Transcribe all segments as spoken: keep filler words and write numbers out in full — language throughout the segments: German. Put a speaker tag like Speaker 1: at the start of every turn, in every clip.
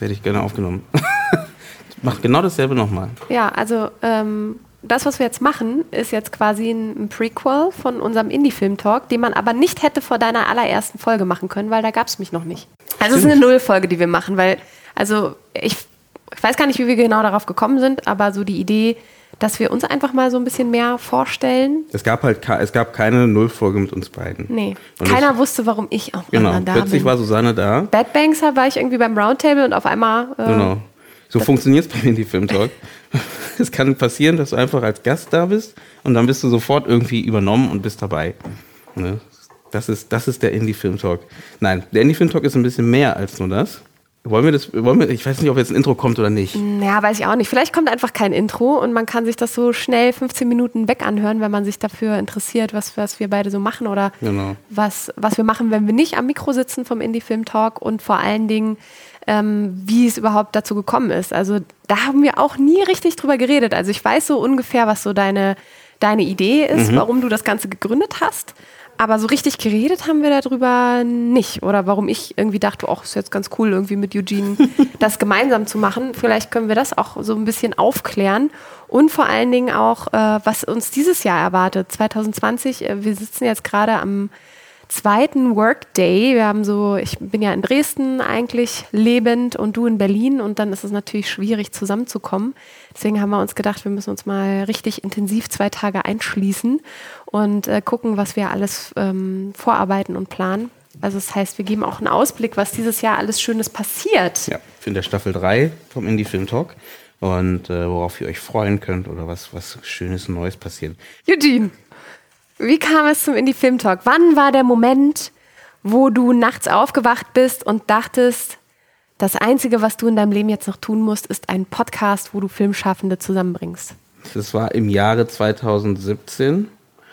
Speaker 1: hätte ich gerne aufgenommen. Mach genau dasselbe nochmal.
Speaker 2: Ja, also ähm, das, was wir jetzt machen, ist jetzt quasi ein, ein Prequel von unserem Indie-Film-Talk, den man aber nicht hätte vor deiner allerersten Folge machen können, weil da gab es mich noch nicht. Also es ist eine Null-Folge, die wir machen, weil, also ich, ich weiß gar nicht, wie wir genau darauf gekommen sind, aber so die Idee, dass wir uns einfach mal so ein bisschen mehr vorstellen.
Speaker 1: Es gab halt es gab keine Nullfolge mit uns beiden.
Speaker 2: Nee, und keiner das, wusste, warum ich auch
Speaker 1: genau,
Speaker 2: da bin.
Speaker 1: Plötzlich war Susanne da.
Speaker 2: Bad Banks war ich irgendwie beim Roundtable und auf einmal... Äh,
Speaker 1: genau. So funktioniert es bei Indie Film Talk. Es kann passieren, dass du einfach als Gast da bist und dann bist du sofort irgendwie übernommen und bist dabei. Ne? Das ist, das ist der Indie Film Talk. Nein, der Indie Film Talk ist ein bisschen mehr als nur das. Wollen wir das, wollen wir, ich weiß nicht, ob jetzt ein Intro kommt oder nicht.
Speaker 2: Ja, weiß ich auch nicht. Vielleicht kommt einfach kein Intro und man kann sich das so schnell fünfzehn Minuten weg anhören, wenn man sich dafür interessiert, was, was wir beide so machen oder
Speaker 1: genau.
Speaker 2: was, was wir machen, wenn wir nicht am Mikro sitzen vom Indie Film Talk und vor allen Dingen, ähm, wie es überhaupt dazu gekommen ist. Also da haben wir auch nie richtig drüber geredet. Also ich weiß so ungefähr, was so deine, deine Idee ist, mhm. warum du das Ganze gegründet hast. Aber so richtig geredet haben wir darüber nicht. Oder warum ich irgendwie dachte, ach, ist jetzt ganz cool, irgendwie mit Eugene das gemeinsam zu machen. Vielleicht können wir das auch so ein bisschen aufklären. Und vor allen Dingen auch, äh, was uns dieses Jahr erwartet. zwanzig zwanzig, äh, wir sitzen jetzt gerade am zweiten Workday. Wir haben so, ich bin ja in Dresden eigentlich lebend und du in Berlin. Und dann ist es natürlich schwierig, zusammenzukommen. Deswegen haben wir uns gedacht, wir müssen uns mal richtig intensiv zwei Tage einschließen und äh, gucken, was wir alles ähm, vorarbeiten und planen. Also das heißt, wir geben auch einen Ausblick, was dieses Jahr alles Schönes passiert.
Speaker 1: Ja, in der Staffel drei vom Indie Film Talk und äh, worauf ihr euch freuen könnt oder was, was Schönes und Neues passiert.
Speaker 2: Eugene, wie kam es zum Indie Film Talk? Wann war der Moment, wo du nachts aufgewacht bist und dachtest, das Einzige, was du in deinem Leben jetzt noch tun musst, ist ein Podcast, wo du Filmschaffende zusammenbringst?
Speaker 1: Das war im Jahre zwanzig siebzehn.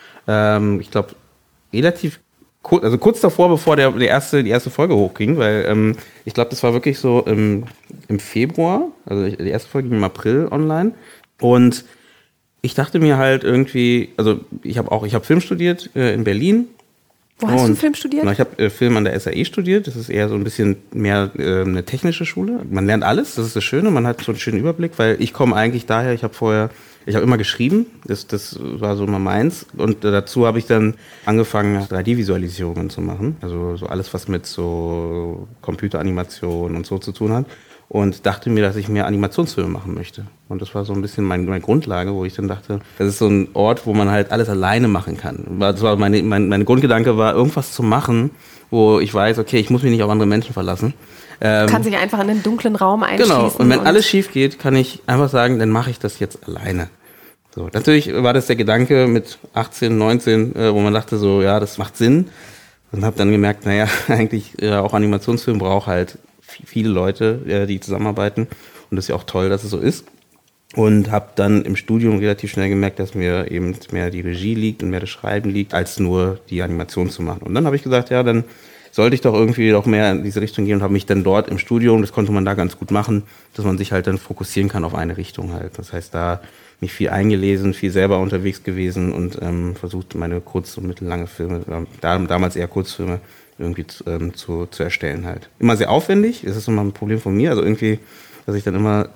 Speaker 1: Ähm, ich glaube, relativ kurz, also kurz davor, bevor der, der erste, die erste Folge hochging, weil ähm, ich glaube, das war wirklich so im, im Februar, also die erste Folge ging im April online. Und ich dachte mir halt irgendwie, also ich habe auch, ich habe Film studiert äh, in Berlin.
Speaker 2: Wo hast und, du Film studiert?
Speaker 1: Na, ich habe äh, Film an der S A E studiert. Das ist eher so ein bisschen mehr äh, eine technische Schule. Man lernt alles, das ist das Schöne. Man hat so einen schönen Überblick, weil ich komme eigentlich daher, ich habe vorher, ich habe immer geschrieben. Das, das war so immer meins. Und äh, dazu habe ich dann angefangen, drei D-Visualisierungen zu machen. Also so alles, was mit so Computeranimation und so zu tun hat. Und dachte mir, dass ich mehr Animationsfilme machen möchte. Und das war so ein bisschen mein, meine Grundlage, wo ich dann dachte, das ist so ein Ort, wo man halt alles alleine machen kann. Das war meine, mein, mein Grundgedanke war, irgendwas zu machen, wo ich weiß, okay, ich muss mich nicht auf andere Menschen verlassen.
Speaker 2: Ähm, du kannst dich einfach in einen dunklen Raum einschließen.
Speaker 1: Genau, und wenn und alles schief geht, kann ich einfach sagen, dann mache ich das jetzt alleine. So, natürlich war das der Gedanke mit achtzehn, neunzehn, äh, wo man dachte so, ja, das macht Sinn. Und habe dann gemerkt, naja, eigentlich äh, auch Animationsfilm braucht halt viele Leute, die zusammenarbeiten und das ist ja auch toll, dass es so ist und habe dann im Studium relativ schnell gemerkt, dass mir eben mehr die Regie liegt und mehr das Schreiben liegt, als nur die Animation zu machen. Und dann habe ich gesagt, ja, dann sollte ich doch irgendwie noch mehr in diese Richtung gehen und habe mich dann dort im Studium, das konnte man da ganz gut machen, dass man sich halt dann fokussieren kann auf eine Richtung halt. Das heißt, da mich viel eingelesen, viel selber unterwegs gewesen und ähm, versucht, meine kurz- und mittellange Filme, äh, damals eher Kurzfilme, irgendwie zu, ähm, zu, zu erstellen halt. Immer sehr aufwendig, das ist immer ein Problem von mir, also irgendwie, dass ich dann immer,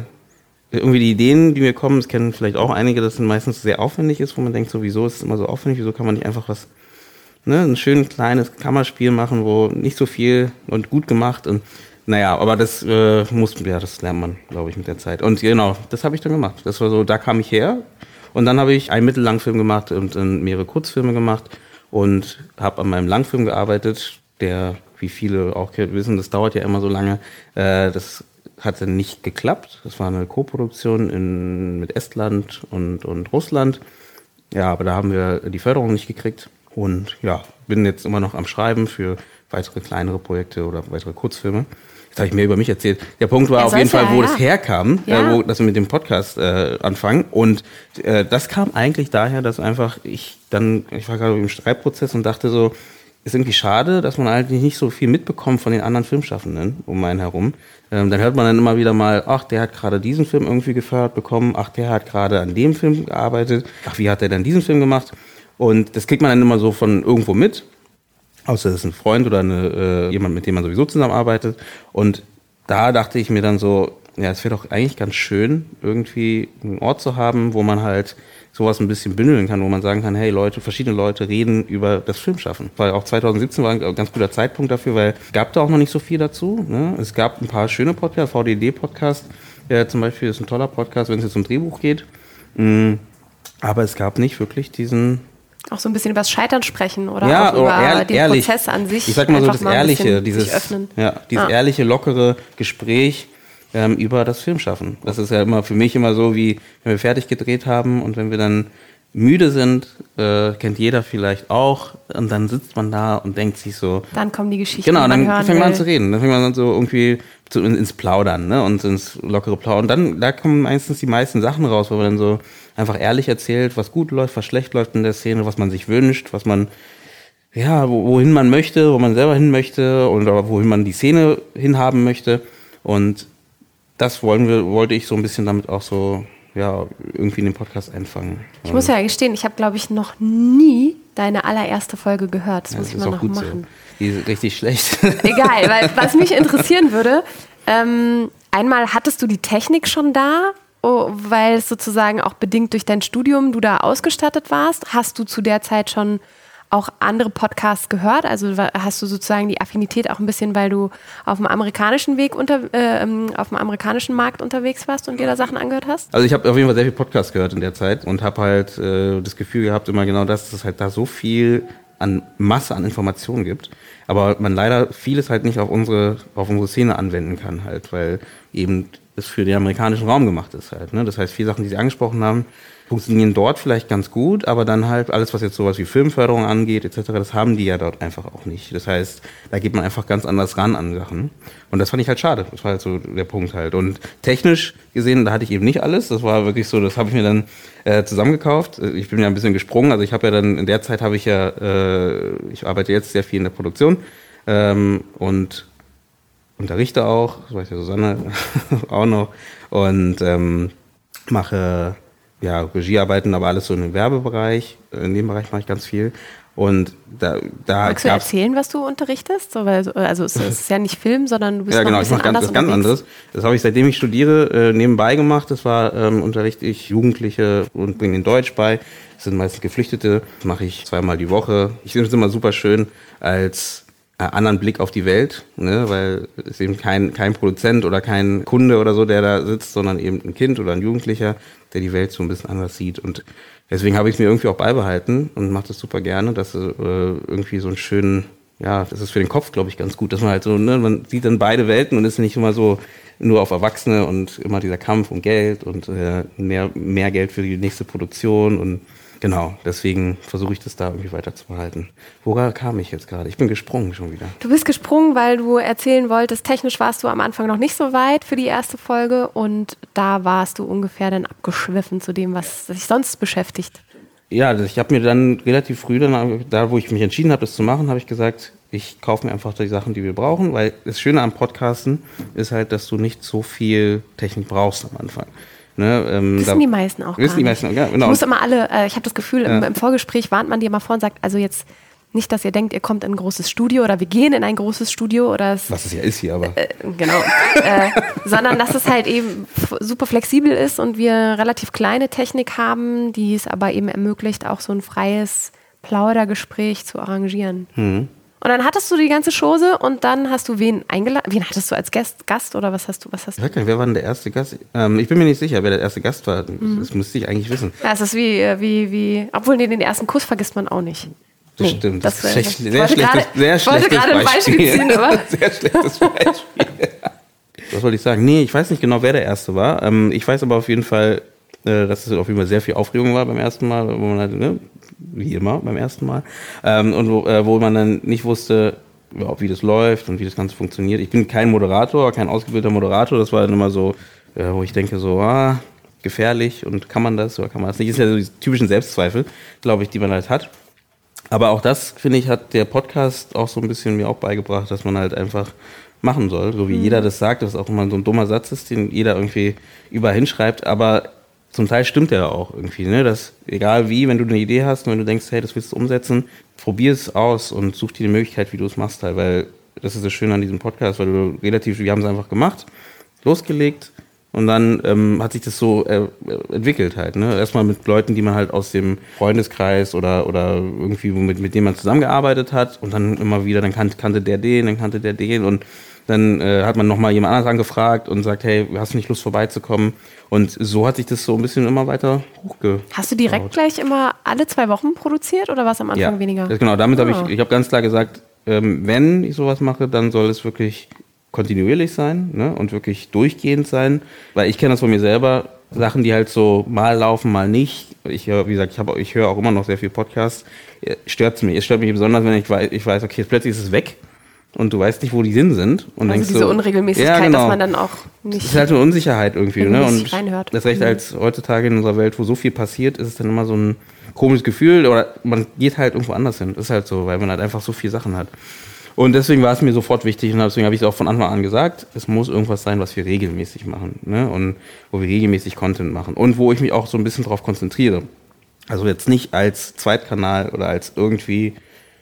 Speaker 1: äh, irgendwie die Ideen, die mir kommen, das kennen vielleicht auch einige, dass es meistens sehr aufwendig ist, wo man denkt, so, wieso ist es immer so aufwendig, wieso kann man nicht einfach was, ne, ein schön kleines Kammerspiel machen, wo nicht so viel und gut gemacht und naja, aber das äh, muss, ja, das lernt man, glaube ich, mit der Zeit. Und genau, das habe ich dann gemacht. Das war so, da kam ich her und dann habe ich einen Mittellangfilm gemacht und dann mehrere Kurzfilme gemacht. Und habe an meinem Langfilm gearbeitet, der, wie viele auch wissen, das dauert ja immer so lange. Äh, das hat dann nicht geklappt. Das war eine Koproduktion in, mit Estland und, und Russland. Ja, aber da haben wir die Förderung nicht gekriegt. Und ja, bin jetzt immer noch am Schreiben für weitere kleinere Projekte oder weitere Kurzfilme. Jetzt habe ich mehr über mich erzählt. Der Punkt war ja, auf jeden Fall, wo ja. das herkam, ja. äh, wo, dass wir mit dem Podcast äh, anfangen. Und äh, das kam eigentlich daher, dass einfach ich dann, ich war gerade im Schreibprozess und dachte so, ist irgendwie schade, dass man eigentlich nicht so viel mitbekommt von den anderen Filmschaffenden um einen herum. Ähm, dann hört man dann immer wieder mal, ach, der hat gerade diesen Film irgendwie gefördert bekommen, ach, der hat gerade an dem Film gearbeitet, ach, wie hat der denn diesen Film gemacht? Und das kriegt man dann immer so von irgendwo mit. Außer es ist ein Freund oder eine, äh, jemand, mit dem man sowieso zusammenarbeitet. Und da dachte ich mir dann so, ja, es wäre doch eigentlich ganz schön, irgendwie einen Ort zu haben, wo man halt sowas ein bisschen bündeln kann, wo man sagen kann, hey Leute, verschiedene Leute reden über das Filmschaffen. Weil auch zwanzig siebzehn war ein ganz guter Zeitpunkt dafür, weil es gab da auch noch nicht so viel dazu. Ne? Es gab ein paar schöne Podcasts, V D D-Podcast, ja, zum Beispiel ist ein toller Podcast, wenn es jetzt um Drehbuch geht. Mhm. Aber es gab nicht wirklich diesen...
Speaker 2: Auch so ein bisschen über das Scheitern sprechen oder
Speaker 1: ja,
Speaker 2: auch über
Speaker 1: ehr,
Speaker 2: den
Speaker 1: ehrlich.
Speaker 2: Prozess an sich.
Speaker 1: Ich sag mal so, das
Speaker 2: mal
Speaker 1: Ehrliche, dieses, ja, dieses
Speaker 2: ah.
Speaker 1: ehrliche, lockere Gespräch ähm, über das Filmschaffen. Das ist ja immer für mich immer so, wie wenn wir fertig gedreht haben und wenn wir dann müde sind, äh, kennt jeder vielleicht auch, und dann sitzt man da und denkt sich so...
Speaker 2: Dann kommen die Geschichten,
Speaker 1: genau,
Speaker 2: die man
Speaker 1: dann
Speaker 2: hören
Speaker 1: fängt man an
Speaker 2: will.
Speaker 1: zu reden. Dann fängt man an so irgendwie zu, ins Plaudern, ne, und ins lockere Plaudern. Und dann, da kommen meistens die meisten Sachen raus, wo man dann so einfach ehrlich erzählt, was gut läuft, was schlecht läuft in der Szene, was man sich wünscht, was man, ja, wohin man möchte, wo man selber hin möchte oder wohin man die Szene hinhaben möchte. Und das wollen wir, wollte ich so ein bisschen damit auch so, ja, irgendwie in den Podcast einfangen.
Speaker 2: Ich muss ja gestehen, ich habe, glaube ich, noch nie deine allererste Folge gehört. Das
Speaker 1: ja,
Speaker 2: muss
Speaker 1: das
Speaker 2: ich
Speaker 1: ist
Speaker 2: mal
Speaker 1: auch
Speaker 2: noch
Speaker 1: gut
Speaker 2: machen.
Speaker 1: So. Die ist richtig schlecht.
Speaker 2: Egal, weil was mich interessieren würde, ähm, einmal hattest du die Technik schon da, oh, weil es sozusagen auch bedingt durch dein Studium du da ausgestattet warst. Hast du zu der Zeit schon auch andere Podcasts gehört? Also hast du sozusagen die Affinität auch ein bisschen, weil du auf dem amerikanischen Weg unter, äh, auf dem amerikanischen Markt unterwegs warst und dir da Sachen angehört hast?
Speaker 1: Also ich habe auf jeden Fall sehr viel Podcasts gehört in der Zeit und habe halt äh, das Gefühl gehabt, immer genau das, dass es halt da so viel an Masse an Informationen gibt, aber man leider vieles halt nicht auf unsere, auf unsere Szene anwenden kann halt, weil eben es für den amerikanischen Raum gemacht ist halt. Ne? Das heißt, viele Sachen, die Sie angesprochen haben, funktionieren dort vielleicht ganz gut, aber dann halt alles, was jetzt sowas wie Filmförderung angeht et cetera, das haben die ja dort einfach auch nicht. Das heißt, da geht man einfach ganz anders ran an Sachen. Und das fand ich halt schade. Das war halt so der Punkt halt. Und technisch gesehen, da hatte ich eben nicht alles. Das war wirklich so, das habe ich mir dann äh, zusammengekauft. Ich bin ja ein bisschen gesprungen. Also ich habe ja dann, in der Zeit habe ich ja, äh, ich arbeite jetzt sehr viel in der Produktion ähm, und unterrichte auch, das weiß ja Susanne auch noch, und ähm, mache ja Regiearbeiten, aber alles so in dem Werbebereich. In dem Bereich mache ich ganz viel. Und da, da
Speaker 2: Magst du erzählen, was du unterrichtest? So, weil, also es ist ja nicht Film, sondern du bist
Speaker 1: ja,
Speaker 2: noch
Speaker 1: genau,
Speaker 2: ein bisschen
Speaker 1: ich mache ganz,
Speaker 2: anders
Speaker 1: das ganz anderes. Das habe ich, seitdem ich studiere, äh, nebenbei gemacht. Das war, ähm, unterrichte ich Jugendliche und bringe ihnen Deutsch bei. Das sind meistens Geflüchtete. Das mache ich zweimal die Woche. Ich finde es immer super schön als äh, anderen Blick auf die Welt, ne? Weil es eben kein, kein Produzent oder kein Kunde oder so, der da sitzt, sondern eben ein Kind oder ein Jugendlicher, der die Welt so ein bisschen anders sieht. Und deswegen habe ich es mir irgendwie auch beibehalten und mache das super gerne, dass äh, irgendwie so einen schönen, ja, das ist für den Kopf, glaube ich, ganz gut, dass man halt so, ne, man sieht dann beide Welten und ist nicht immer so nur auf Erwachsene und immer dieser Kampf um Geld und äh, mehr, mehr Geld für die nächste Produktion und genau, deswegen versuche ich das da irgendwie weiter zu behalten. Woher kam ich jetzt gerade? Ich bin gesprungen schon wieder.
Speaker 2: Du bist gesprungen, weil du erzählen wolltest, technisch warst du am Anfang noch nicht so weit für die erste Folge und da warst du ungefähr dann abgeschwiffen zu dem, was dich sonst beschäftigt.
Speaker 1: Ja, ich habe mir dann relativ früh, dann, da wo ich mich entschieden habe, das zu machen, habe ich gesagt, ich kaufe mir einfach die Sachen, die wir brauchen, weil das Schöne am Podcasten ist halt, dass du nicht so viel Technik brauchst am Anfang. Ne, ähm,
Speaker 2: wissen
Speaker 1: da,
Speaker 2: die meisten auch
Speaker 1: wissen
Speaker 2: gar
Speaker 1: die
Speaker 2: nicht.
Speaker 1: meisten, ja, genau.
Speaker 2: Ich muss immer alle, äh, ich habe das Gefühl,
Speaker 1: ja.
Speaker 2: im, im Vorgespräch warnt man dir mal vor und sagt, also jetzt nicht, dass ihr denkt, ihr kommt in ein großes Studio oder wir gehen in ein großes Studio oder es,
Speaker 1: was es ja ist hier, aber
Speaker 2: äh, genau, äh, sondern dass es halt eben f- super flexibel ist und wir relativ kleine Technik haben, die es aber eben ermöglicht, auch so ein freies Plaudergespräch zu arrangieren.
Speaker 1: Mhm.
Speaker 2: Und dann hattest du die ganze Chose und dann hast du wen eingeladen? Wen hattest du als Gast, Gast oder was hast du? Was hast
Speaker 1: ich
Speaker 2: du?
Speaker 1: weiß gar nicht, wer war denn der erste Gast? Ähm, ich bin mir nicht sicher, wer der erste Gast war. Mhm. Das müsste ich eigentlich wissen.
Speaker 2: Ja, es ist wie, wie, wie, obwohl nee, den ersten Kuss vergisst man auch nicht.
Speaker 1: Das
Speaker 2: Nee,
Speaker 1: stimmt.
Speaker 2: das
Speaker 1: Das,
Speaker 2: wär-
Speaker 1: ist schlecht,
Speaker 2: das-
Speaker 1: sehr
Speaker 2: wollte
Speaker 1: schlechtes,
Speaker 2: gerade-
Speaker 1: sehr
Speaker 2: ich wollte
Speaker 1: schlechtes
Speaker 2: gerade ein Beispiel
Speaker 1: Beispiel.
Speaker 2: ziehen, aber-
Speaker 1: Sehr schlechtes Beispiel. Was wollte ich sagen? Nee, ich weiß nicht genau, wer der Erste war. Ähm, ich weiß aber auf jeden Fall, äh, dass es auf jeden Fall sehr viel Aufregung war beim ersten Mal, wo man halt, ne, wie immer beim ersten Mal, ähm, und wo, äh, wo man dann nicht wusste, ja, wie das läuft und wie das Ganze funktioniert. Ich bin kein Moderator, kein ausgebildeter Moderator. Das war dann immer so, äh, wo ich denke so, ah, gefährlich und kann man das oder kann man das nicht? Das ist ja so die typischen Selbstzweifel, glaube ich, die man halt hat. Aber auch das, finde ich, hat der Podcast auch so ein bisschen mir auch beigebracht, dass man halt einfach machen soll, so wie mhm. jeder das sagt, dass auch immer so ein dummer Satz ist, den jeder irgendwie überall hinschreibt, aber zum Teil stimmt der auch irgendwie, ne? Dass egal wie, wenn du eine Idee hast und wenn du denkst, hey, das willst du umsetzen, probier es aus und such dir die Möglichkeit, wie du es machst, halt, weil das ist das Schöne an diesem Podcast, weil du relativ, wir haben es einfach gemacht, losgelegt und dann ähm, hat sich das so äh, entwickelt halt. Ne? Erstmal mit Leuten, die man halt aus dem Freundeskreis oder, oder irgendwie mit, mit denen man zusammengearbeitet hat und dann immer wieder, dann kannte, kannte der den, dann kannte der den und dann äh, hat man nochmal jemand anderes angefragt und sagt, hey, hast du nicht Lust vorbeizukommen? Und so hat sich das so ein bisschen immer weiter hochgebaut.
Speaker 2: Hast du direkt gleich immer alle zwei Wochen produziert oder war es am Anfang
Speaker 1: ja,
Speaker 2: weniger?
Speaker 1: Das, genau, damit
Speaker 2: ah.
Speaker 1: habe ich, ich habe ganz klar gesagt, ähm, wenn ich sowas mache, dann soll es wirklich kontinuierlich sein, ne, und wirklich durchgehend sein, weil ich kenne das von mir selber, Sachen, die halt so mal laufen, mal nicht. Ich höre, wie gesagt, ich, hab, ich höre auch immer noch sehr viel Podcasts. Stört es mich. Es stört mich besonders, wenn ich weiß, ich weiß, okay, plötzlich ist es weg. Und du weißt nicht, wo die Sinn sind. Und
Speaker 2: also
Speaker 1: denkst
Speaker 2: diese
Speaker 1: so,
Speaker 2: Unregelmäßigkeit,
Speaker 1: ja, genau.
Speaker 2: dass man dann auch nicht...
Speaker 1: Das ist halt eine Unsicherheit irgendwie. Ne? Und
Speaker 2: reinhört.
Speaker 1: das recht
Speaker 2: mhm.
Speaker 1: als heutzutage in unserer Welt, wo so viel passiert, ist es dann immer so ein komisches Gefühl. Oder man geht halt irgendwo anders hin. Das ist halt so, weil man halt einfach so viele Sachen hat. Und deswegen war es mir sofort wichtig und deswegen habe ich es auch von Anfang an gesagt, es muss irgendwas sein, was wir regelmäßig machen. Ne? Und wo wir regelmäßig Content machen. Und wo ich mich auch so ein bisschen drauf konzentriere. Also jetzt nicht als Zweitkanal oder als irgendwie...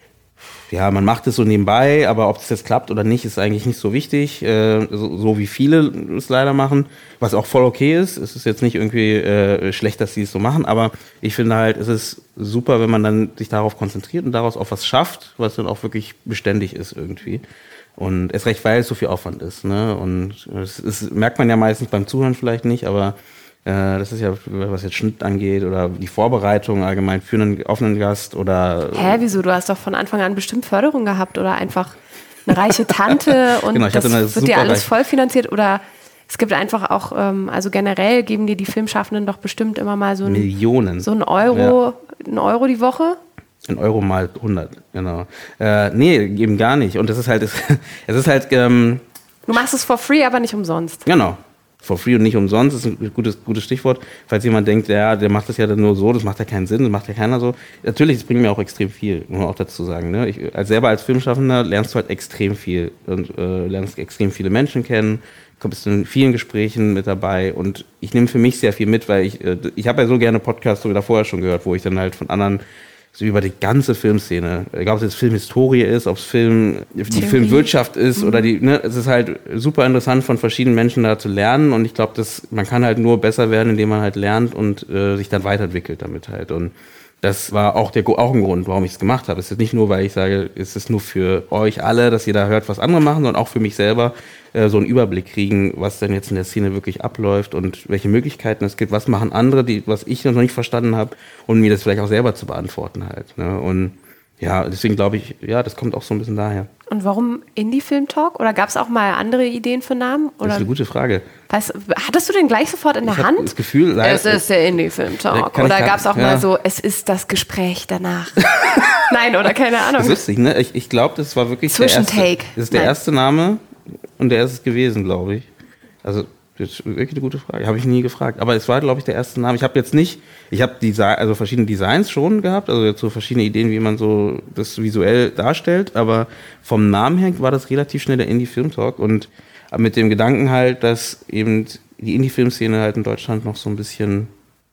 Speaker 1: Ja, man macht es so nebenbei, aber ob es jetzt klappt oder nicht, ist eigentlich nicht so wichtig, äh, so, so wie viele es leider machen, was auch voll okay ist. Es ist jetzt nicht irgendwie äh, schlecht, dass sie es so machen, aber ich finde halt, es ist super, wenn man dann sich darauf konzentriert und daraus auch was schafft, was dann auch wirklich beständig ist irgendwie. Und erst recht, weil es so viel Aufwand ist. Ne? Und es, es merkt man ja meistens beim Zuhören vielleicht nicht, aber äh, das ist ja, was jetzt Schnitt angeht oder die Vorbereitung allgemein für einen offenen Gast oder...
Speaker 2: Hä, wieso? Du hast doch von Anfang an bestimmt Förderung gehabt oder einfach eine reiche Tante und
Speaker 1: genau, ich hatte
Speaker 2: das
Speaker 1: eine
Speaker 2: wird dir alles
Speaker 1: reich-
Speaker 2: voll finanziert oder es gibt einfach auch, ähm, also generell geben dir die Filmschaffenden doch bestimmt immer mal so ein,
Speaker 1: Millionen.
Speaker 2: so ein Euro, ja. ein Euro die Woche.
Speaker 1: Ein Euro mal hundert, genau. Äh, nee, eben gar nicht. Und das ist halt, es ist halt... Ähm,
Speaker 2: du machst es for free, aber nicht umsonst.
Speaker 1: Genau. For free und nicht umsonst ist ein gutes, gutes Stichwort. Falls jemand denkt, ja, der macht das ja dann nur so, das macht ja keinen Sinn, das macht ja keiner so. Natürlich, das bringt mir auch extrem viel, muss man auch dazu sagen. Ne? Ich, als selber als Filmschaffender lernst du halt extrem viel und äh, lernst extrem viele Menschen kennen, kommst in vielen Gesprächen mit dabei und ich nehme für mich sehr viel mit, weil ich, äh, ich habe ja so gerne Podcasts sogar vorher schon gehört, wo ich dann halt von anderen so über die ganze Filmszene, egal ob es jetzt Filmhistorie ist, ob es Film, die
Speaker 2: Theorie.
Speaker 1: Filmwirtschaft ist
Speaker 2: mhm.
Speaker 1: oder die, ne, es ist halt super interessant von verschiedenen Menschen da zu lernen und ich glaube, dass man kann halt nur besser werden, indem man halt lernt und äh, sich dann weiterentwickelt damit halt und das war auch, der, auch ein Grund, warum ich es gemacht habe. Es ist nicht nur, weil ich sage, es ist nur für euch alle, dass ihr da hört, was andere machen, sondern auch für mich selber äh, so einen Überblick kriegen, was denn jetzt in der Szene wirklich abläuft und welche Möglichkeiten es gibt, was machen andere, die, was ich noch nicht verstanden habe und mir das vielleicht auch selber zu beantworten halt. Ne? Und ja, deswegen glaube ich, ja, das kommt auch so ein bisschen daher.
Speaker 2: Und warum Indie-Film-Talk? Oder gab es auch mal andere Ideen für Namen? Oder
Speaker 1: Das ist eine gute Frage.
Speaker 2: Weißt, hattest du den gleich sofort in der
Speaker 1: Ich
Speaker 2: Hand?
Speaker 1: habe das Gefühl, leider,
Speaker 2: Es ist der Indie-Film-Talk.
Speaker 1: Kann ich
Speaker 2: Oder
Speaker 1: gar-
Speaker 2: gab es auch
Speaker 1: ja.
Speaker 2: mal so, es ist das Gespräch danach? Nein, oder keine
Speaker 1: das
Speaker 2: Ahnung.
Speaker 1: ist lustig, ne? Ich, ich glaube, das war wirklich der erste,
Speaker 2: Zwischentake.
Speaker 1: das ist der
Speaker 2: Nein.
Speaker 1: erste Name und der ist es gewesen, glaube ich. Also das ist wirklich eine gute Frage. Habe ich nie gefragt. Aber es war, glaube ich, der erste Name. Ich habe jetzt nicht, ich habe Desi- also verschiedene Designs schon gehabt, also jetzt so verschiedene Ideen, wie man so das visuell darstellt. Aber vom Namen her war das relativ schnell der Indie-Film-Talk und mit dem Gedanken halt, dass eben die Indie-Film-Szene halt in Deutschland noch so ein bisschen...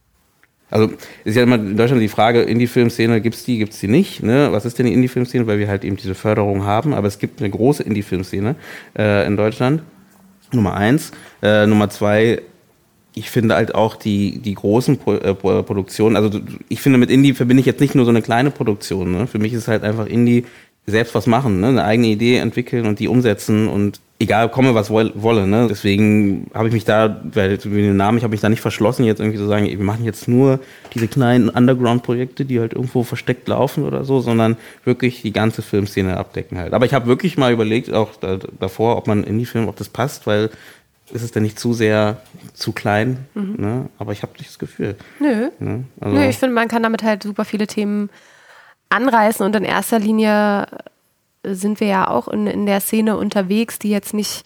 Speaker 1: Also ist ja immer in Deutschland die Frage, Indie-Film-Szene, gibt's die, gibt's die nicht? Ne? Was ist denn die Indie-Film-Szene? Weil wir halt eben diese Förderung haben, aber es gibt eine große Indie-Film-Szene äh, in Deutschland. Nummer eins. Äh, Nummer zwei, ich finde halt auch die, die großen Pro, äh, Produktionen, also ich finde mit Indie verbinde ich jetzt nicht nur so eine kleine Produktion. Ne? Für mich ist halt einfach Indie selbst was machen, ne? Eine eigene Idee entwickeln und die umsetzen und egal, komme was wolle. Ne? Deswegen habe ich mich da, weil mit dem Namen, ich habe mich da nicht verschlossen, jetzt irgendwie zu sagen, wir machen jetzt nur diese kleinen Underground-Projekte, die halt irgendwo versteckt laufen oder so, sondern wirklich die ganze Filmszene abdecken halt. Aber ich habe wirklich mal überlegt, auch da, davor, ob man in die Film, ob das passt, weil ist es denn nicht zu sehr, zu klein, mhm. ne? Aber ich habe nicht das Gefühl.
Speaker 2: Nö.
Speaker 1: Ne? Also,
Speaker 2: Nö, ich finde, man kann damit halt super viele Themen anreißen und in erster Linie sind wir ja auch in, in der Szene unterwegs, die jetzt nicht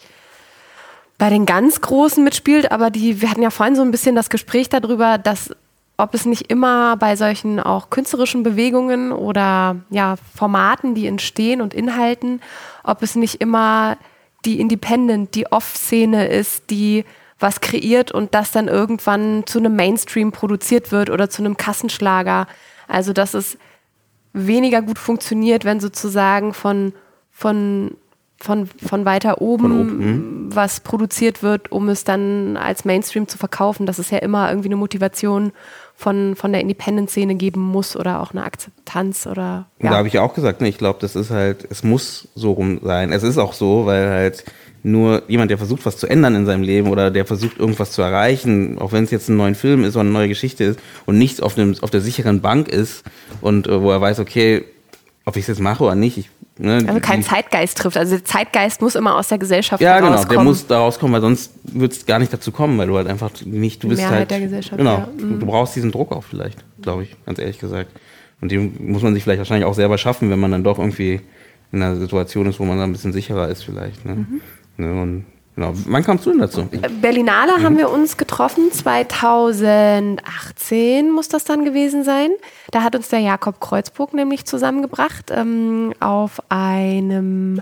Speaker 2: bei den ganz Großen mitspielt, aber die, wir hatten ja vorhin so ein bisschen das Gespräch darüber, dass ob es nicht immer bei solchen auch künstlerischen Bewegungen oder ja, Formaten, die entstehen und Inhalten, ob es nicht immer die Independent, die Off-Szene ist, die was kreiert und das dann irgendwann zu einem Mainstream produziert wird oder zu einem Kassenschlager. Also dass es weniger gut funktioniert, wenn sozusagen von, von von, von weiter oben,
Speaker 1: Von oben,
Speaker 2: was produziert wird, um es dann als Mainstream zu verkaufen, dass es ja immer irgendwie eine Motivation von, von der Independent-Szene geben muss oder auch eine Akzeptanz oder
Speaker 1: Und
Speaker 2: ja.
Speaker 1: da habe ich ja auch gesagt, ne, ich glaube, das ist halt, es muss so rum sein. Es ist auch so, weil halt nur jemand, der versucht, was zu ändern in seinem Leben oder der versucht, irgendwas zu erreichen, auch wenn es jetzt ein neuer Film ist oder eine neue Geschichte ist und nichts auf, dem, auf der sicheren Bank ist und äh, wo er weiß, okay, ob ich es jetzt mache oder nicht, ich Ne,
Speaker 2: also kein
Speaker 1: die,
Speaker 2: Zeitgeist trifft. Also der Zeitgeist muss immer aus der Gesellschaft
Speaker 1: ja,
Speaker 2: rauskommen.
Speaker 1: Ja, genau, der muss da rauskommen, weil sonst wird es gar nicht dazu kommen, weil du halt einfach nicht, du
Speaker 2: Die
Speaker 1: bist
Speaker 2: Mehrheit
Speaker 1: halt,
Speaker 2: der Gesellschaft,
Speaker 1: genau,
Speaker 2: ja.
Speaker 1: du, du brauchst diesen Druck auch vielleicht, glaube ich, ganz ehrlich gesagt. Und den muss man sich vielleicht wahrscheinlich auch selber schaffen, wenn man dann doch irgendwie in einer Situation ist, wo man dann ein bisschen sicherer ist vielleicht. Ne? Mhm. Ne, und genau. Wann kamst du denn dazu?
Speaker 2: Berlinale mhm. haben wir uns getroffen, zweitausendachtzehn muss das dann gewesen sein. Da hat uns der Jakob Kreuzburg nämlich zusammengebracht ähm, auf einem,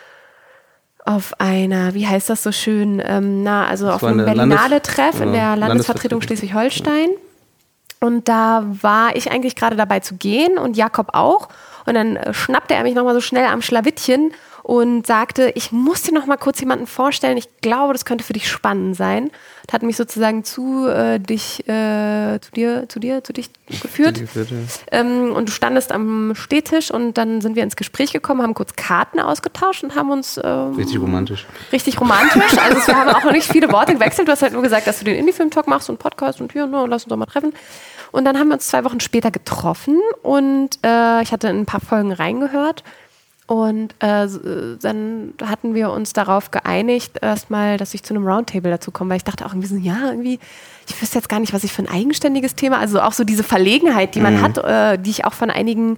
Speaker 2: auf einer, wie heißt das so schön, ähm, na, also das auf einem Berlinale-Treff in der Landesvertretung Schleswig-Holstein. Und da war ich eigentlich gerade dabei zu gehen und Jakob auch. Und dann äh, schnappte er mich nochmal so schnell am Schlawittchen und sagte, ich muss dir noch mal kurz jemanden vorstellen, ich glaube, das könnte für dich spannend sein. Und hat mich sozusagen zu äh, dich, äh, zu dir, zu dir, zu dich geführt. ähm, und du standest am Stehtisch und dann sind wir ins Gespräch gekommen, haben kurz Karten ausgetauscht und haben uns... Ähm,
Speaker 1: richtig romantisch.
Speaker 2: Richtig romantisch. Also wir haben auch noch nicht viele Worte gewechselt. Du hast halt nur gesagt, dass du den Indie-Film-Talk machst und Podcast und hier, no, lass uns doch mal treffen. Und dann haben wir uns zwei Wochen später getroffen und äh, ich hatte in ein paar Folgen reingehört. Und äh, dann hatten wir uns darauf geeinigt, erstmal, dass ich zu einem Roundtable dazu komme, weil ich dachte auch irgendwie so, ja, irgendwie, ich wüsste jetzt gar nicht, was ich für ein eigenständiges Thema, also auch so diese Verlegenheit, die man mhm. hat, äh, die ich auch von einigen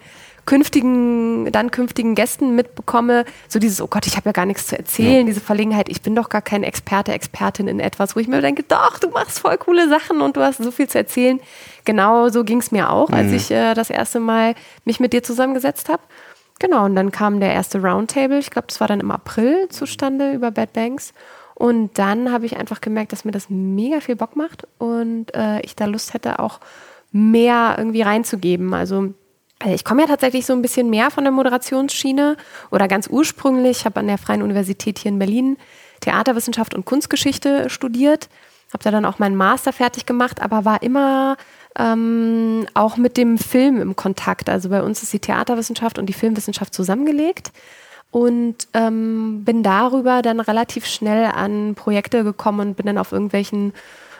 Speaker 2: künftigen, dann künftigen Gästen mitbekomme, so dieses, oh Gott, ich habe ja gar nichts zu erzählen, ja. diese Verlegenheit, ich bin doch gar kein Experte, Expertin in etwas, wo ich mir denke, doch, du machst voll coole Sachen und du hast so viel zu erzählen. Genau so ging es mir auch, mhm. als ich äh, das erste Mal mich mit dir zusammengesetzt habe. Genau, und dann kam der erste Roundtable, ich glaube, das war dann im April zustande über Bad Banks. Und dann habe ich einfach gemerkt, dass mir das mega viel Bock macht und äh, ich da Lust hätte, auch mehr irgendwie reinzugeben. Also ich komme ja tatsächlich so ein bisschen mehr von der Moderationsschiene oder ganz ursprünglich. Ich habe an der Freien Universität hier in Berlin Theaterwissenschaft und Kunstgeschichte studiert, habe da dann auch meinen Master fertig gemacht, aber war immer ähm, auch mit dem Film im Kontakt. Also bei uns ist die Theaterwissenschaft und die Filmwissenschaft zusammengelegt und ähm, bin darüber dann relativ schnell an Projekte gekommen und bin dann auf irgendwelchen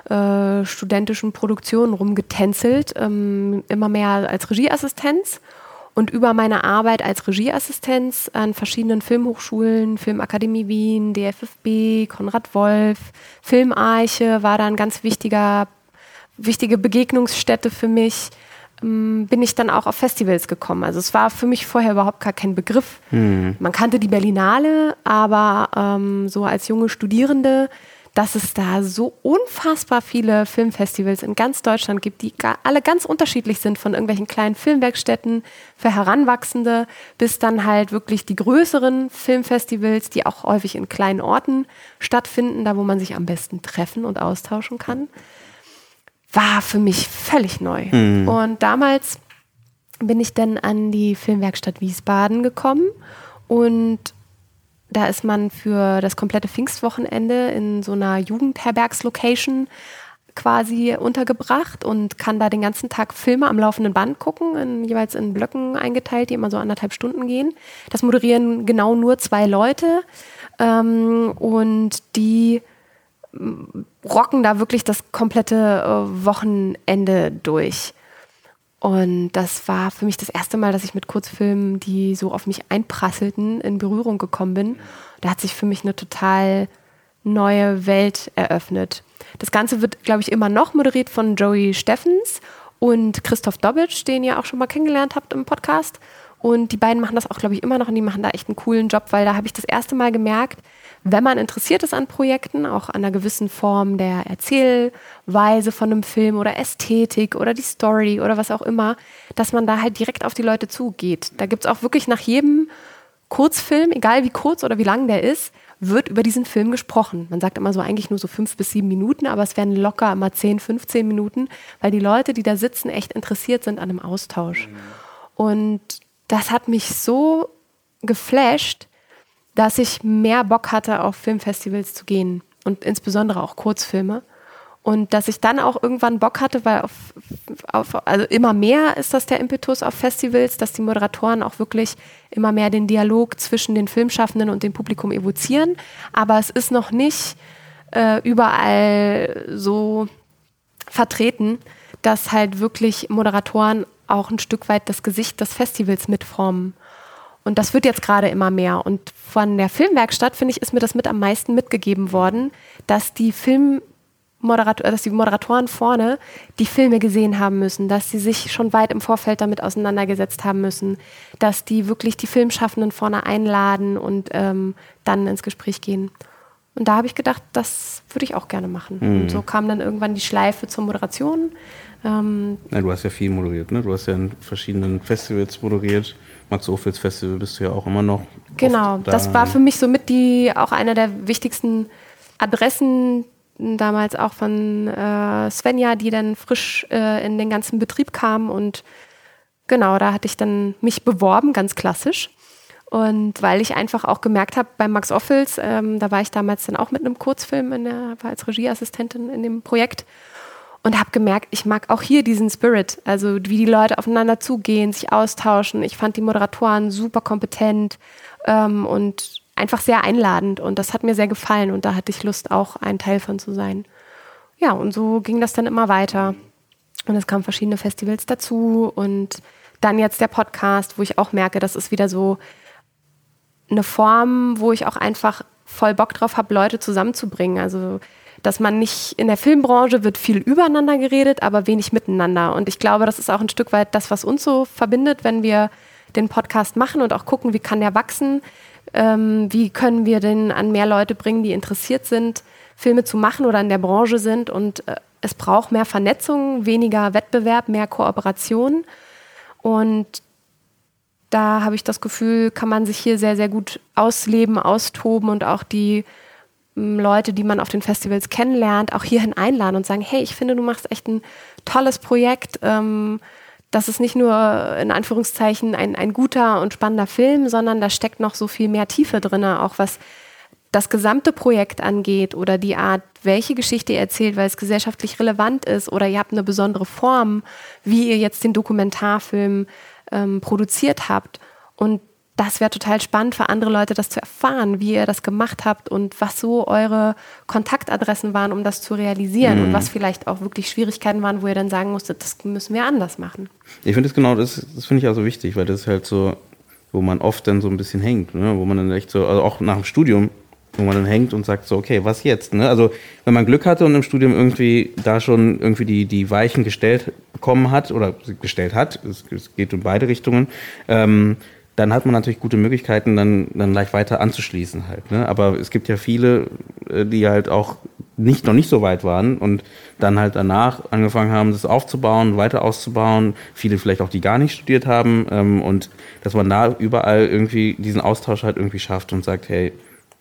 Speaker 2: Äh, studentischen Produktionen rumgetänzelt, ähm, immer mehr als Regieassistenz und über meine Arbeit als Regieassistenz an verschiedenen Filmhochschulen, Filmakademie Wien, D F F B, Konrad Wolf, Filmarche war da ein ganz wichtiger, wichtige Begegnungsstätte für mich, ähm, bin ich dann auch auf Festivals gekommen. Also es war für mich vorher überhaupt gar kein Begriff. Hm. Man kannte die Berlinale, aber ähm, so als junge Studierende, dass es da so unfassbar viele Filmfestivals in ganz Deutschland gibt, die alle ganz unterschiedlich sind, von irgendwelchen kleinen Filmwerkstätten für Heranwachsende bis dann halt wirklich die größeren Filmfestivals, die auch häufig in kleinen Orten stattfinden, da wo man sich am besten treffen und austauschen kann, war für mich völlig neu. Mhm. Und damals bin ich dann an die Filmwerkstatt Wiesbaden gekommen und da ist man für das komplette Pfingstwochenende in so einer Jugendherbergslocation quasi untergebracht und kann da den ganzen Tag Filme am laufenden Band gucken, in, jeweils in Blöcken eingeteilt, die immer so anderthalb Stunden gehen. Das moderieren genau nur zwei Leute ähm, und die rocken da wirklich das komplette äh, Wochenende durch. Und das war für mich das erste Mal, dass ich mit Kurzfilmen, die so auf mich einprasselten, in Berührung gekommen bin. Da hat sich für mich eine total neue Welt eröffnet. Das Ganze wird, glaube ich, immer noch moderiert von Joey Steffens und Christoph Dobitsch, den ihr auch schon mal kennengelernt habt im Podcast. Und die beiden machen das auch, glaube ich, immer noch und die machen da echt einen coolen Job, weil da habe ich das erste Mal gemerkt, wenn man interessiert ist an Projekten, auch an einer gewissen Form der Erzählweise von einem Film oder Ästhetik oder die Story oder was auch immer, dass man da halt direkt auf die Leute zugeht. Da gibt es auch wirklich nach jedem Kurzfilm, egal wie kurz oder wie lang der ist, wird über diesen Film gesprochen. Man sagt immer so eigentlich nur so fünf bis sieben Minuten, aber es werden locker immer zehn, fünfzehn Minuten, weil die Leute, die da sitzen, echt interessiert sind an einem Austausch. Und das hat mich so geflasht, dass ich mehr Bock hatte, auf Filmfestivals zu gehen und insbesondere auch Kurzfilme. Und dass ich dann auch irgendwann Bock hatte, weil auf, auf, also immer mehr ist das der Impetus auf Festivals, dass die Moderatoren auch wirklich immer mehr den Dialog zwischen den Filmschaffenden und dem Publikum evozieren. Aber es ist noch nicht äh, überall so vertreten, dass halt wirklich Moderatoren auch ein Stück weit das Gesicht des Festivals mitformen. Und das wird jetzt gerade immer mehr. Und von der Filmwerkstatt, finde ich, ist mir das mit am meisten mitgegeben worden, dass die Film Moderator, dass die Moderatoren vorne die Filme gesehen haben müssen, dass sie sich schon weit im Vorfeld damit auseinandergesetzt haben müssen, dass die wirklich die Filmschaffenden vorne einladen und ähm, dann ins Gespräch gehen. Und da habe ich gedacht, das würde ich auch gerne machen. Mhm. Und so kam dann irgendwann die Schleife zur Moderation. Ähm,
Speaker 1: ja, du hast ja viel moderiert, ne? Du hast ja in verschiedenen Festivals moderiert. Max-Ophüls Festival bist du ja auch immer noch.
Speaker 2: Genau, da. Das war für mich somit die auch eine der wichtigsten Adressen, damals auch von äh, Svenja, die dann frisch äh, in den ganzen Betrieb kam. Und genau, da hatte ich dann mich beworben, ganz klassisch. Und weil ich einfach auch gemerkt habe, bei Max Ophüls, ähm, da war ich damals dann auch mit einem Kurzfilm, in der, war als Regieassistentin in dem Projekt und habe gemerkt, ich mag auch hier diesen Spirit, also wie die Leute aufeinander zugehen, sich austauschen. Ich fand die Moderatoren super kompetent ähm, und einfach sehr einladend und das hat mir sehr gefallen und da hatte ich Lust, auch ein Teil von zu sein. Ja, und so ging das dann immer weiter und es kamen verschiedene Festivals dazu und dann jetzt der Podcast, wo ich auch merke, das ist wieder so eine Form, wo ich auch einfach voll Bock drauf habe, Leute zusammenzubringen. Also, dass man nicht, in der Filmbranche wird viel übereinander geredet, aber wenig miteinander und ich glaube, das ist auch ein Stück weit das, was uns so verbindet, wenn wir den Podcast machen und auch gucken, wie kann der wachsen. Ähm, wie können wir denn an mehr Leute bringen, die interessiert sind, Filme zu machen oder in der Branche sind. Und äh, es braucht mehr Vernetzung, weniger Wettbewerb, mehr Kooperation. Und da habe ich das Gefühl, kann man sich hier sehr, sehr gut ausleben, austoben und auch die ähm, Leute, die man auf den Festivals kennenlernt, auch hierhin einladen und sagen, hey, ich finde, du machst echt ein tolles Projekt. Ähm, Das ist nicht nur in Anführungszeichen ein, ein guter und spannender Film, sondern da steckt noch so viel mehr Tiefe drin, auch was das gesamte Projekt angeht oder die Art, welche Geschichte ihr erzählt, weil es gesellschaftlich relevant ist oder ihr habt eine besondere Form, wie ihr jetzt den Dokumentarfilm ähm, produziert habt. Und das wäre total spannend für andere Leute, das zu erfahren, wie ihr das gemacht habt und was so eure Kontaktadressen waren, um das zu realisieren mhm. und was vielleicht auch wirklich Schwierigkeiten waren, wo ihr dann sagen musstet, das müssen wir anders machen.
Speaker 1: Ich finde es genau, das, das finde ich auch so wichtig, weil das ist halt so, wo man oft dann so ein bisschen hängt, ne? Wo man dann echt so, also auch nach dem Studium, wo man dann hängt und sagt so, okay, was jetzt? Ne? Also wenn man Glück hatte und im Studium irgendwie da schon irgendwie die, die Weichen gestellt bekommen hat oder gestellt hat, es, es geht in beide Richtungen, ähm, dann hat man natürlich gute Möglichkeiten, dann, dann gleich weiter anzuschließen halt. Ne? Aber es gibt ja viele, die halt auch nicht, noch nicht so weit waren und dann halt danach angefangen haben, das aufzubauen, weiter auszubauen. Viele vielleicht auch, die gar nicht studiert haben. Ähm, und dass man da überall irgendwie diesen Austausch halt irgendwie schafft und sagt, hey,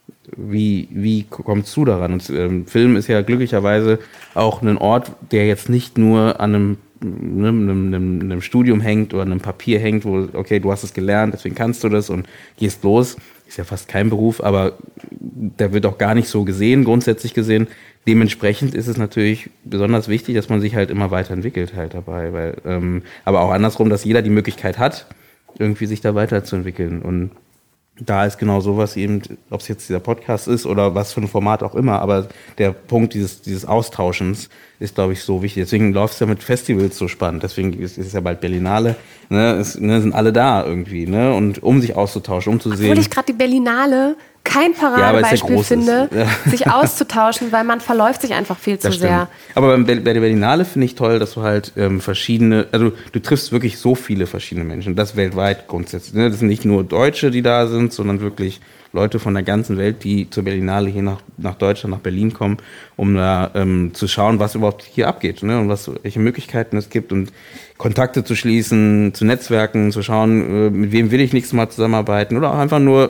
Speaker 1: wie, wie kommst du daran? Und ähm, Film ist ja glücklicherweise auch ein Ort, der jetzt nicht nur an einem Ne, einem, einem, einem Studium hängt oder einem Papier hängt, wo, okay, du hast es gelernt, deswegen kannst du das und gehst los. Ist ja fast kein Beruf, aber der wird auch gar nicht so gesehen, grundsätzlich gesehen. Dementsprechend ist es natürlich besonders wichtig, dass man sich halt immer weiterentwickelt halt dabei. Weil, ähm, aber auch andersrum, dass jeder die Möglichkeit hat, irgendwie sich da weiterzuentwickeln. Und da ist genau sowas eben, ob es jetzt dieser Podcast ist oder was für ein Format auch immer, aber der Punkt dieses, dieses Austauschens ist, glaube ich, so wichtig. Deswegen läuft es ja mit Festivals so spannend. Deswegen ist es ja bald Berlinale. Ne? Es ne, sind alle da irgendwie. Ne? Und um sich auszutauschen, um zu sehen.
Speaker 2: Obwohl ich gerade die Berlinale kein Paradebeispiel ja, finde, ja. sich auszutauschen, weil man verläuft sich einfach viel zu sehr.
Speaker 1: Aber bei der Berlinale finde ich toll, dass du halt ähm, verschiedene, also du triffst wirklich so viele verschiedene Menschen, das weltweit grundsätzlich. Ne? Das sind nicht nur Deutsche, die da sind, sondern wirklich Leute von der ganzen Welt, die zur Berlinale hier nach, nach Deutschland, nach Berlin kommen, um da ähm, zu schauen, was überhaupt hier abgeht, ne? Und was, welche Möglichkeiten es gibt und Kontakte zu schließen, zu Netzwerken, zu schauen, äh, mit wem will ich nächstes Mal zusammenarbeiten oder auch einfach nur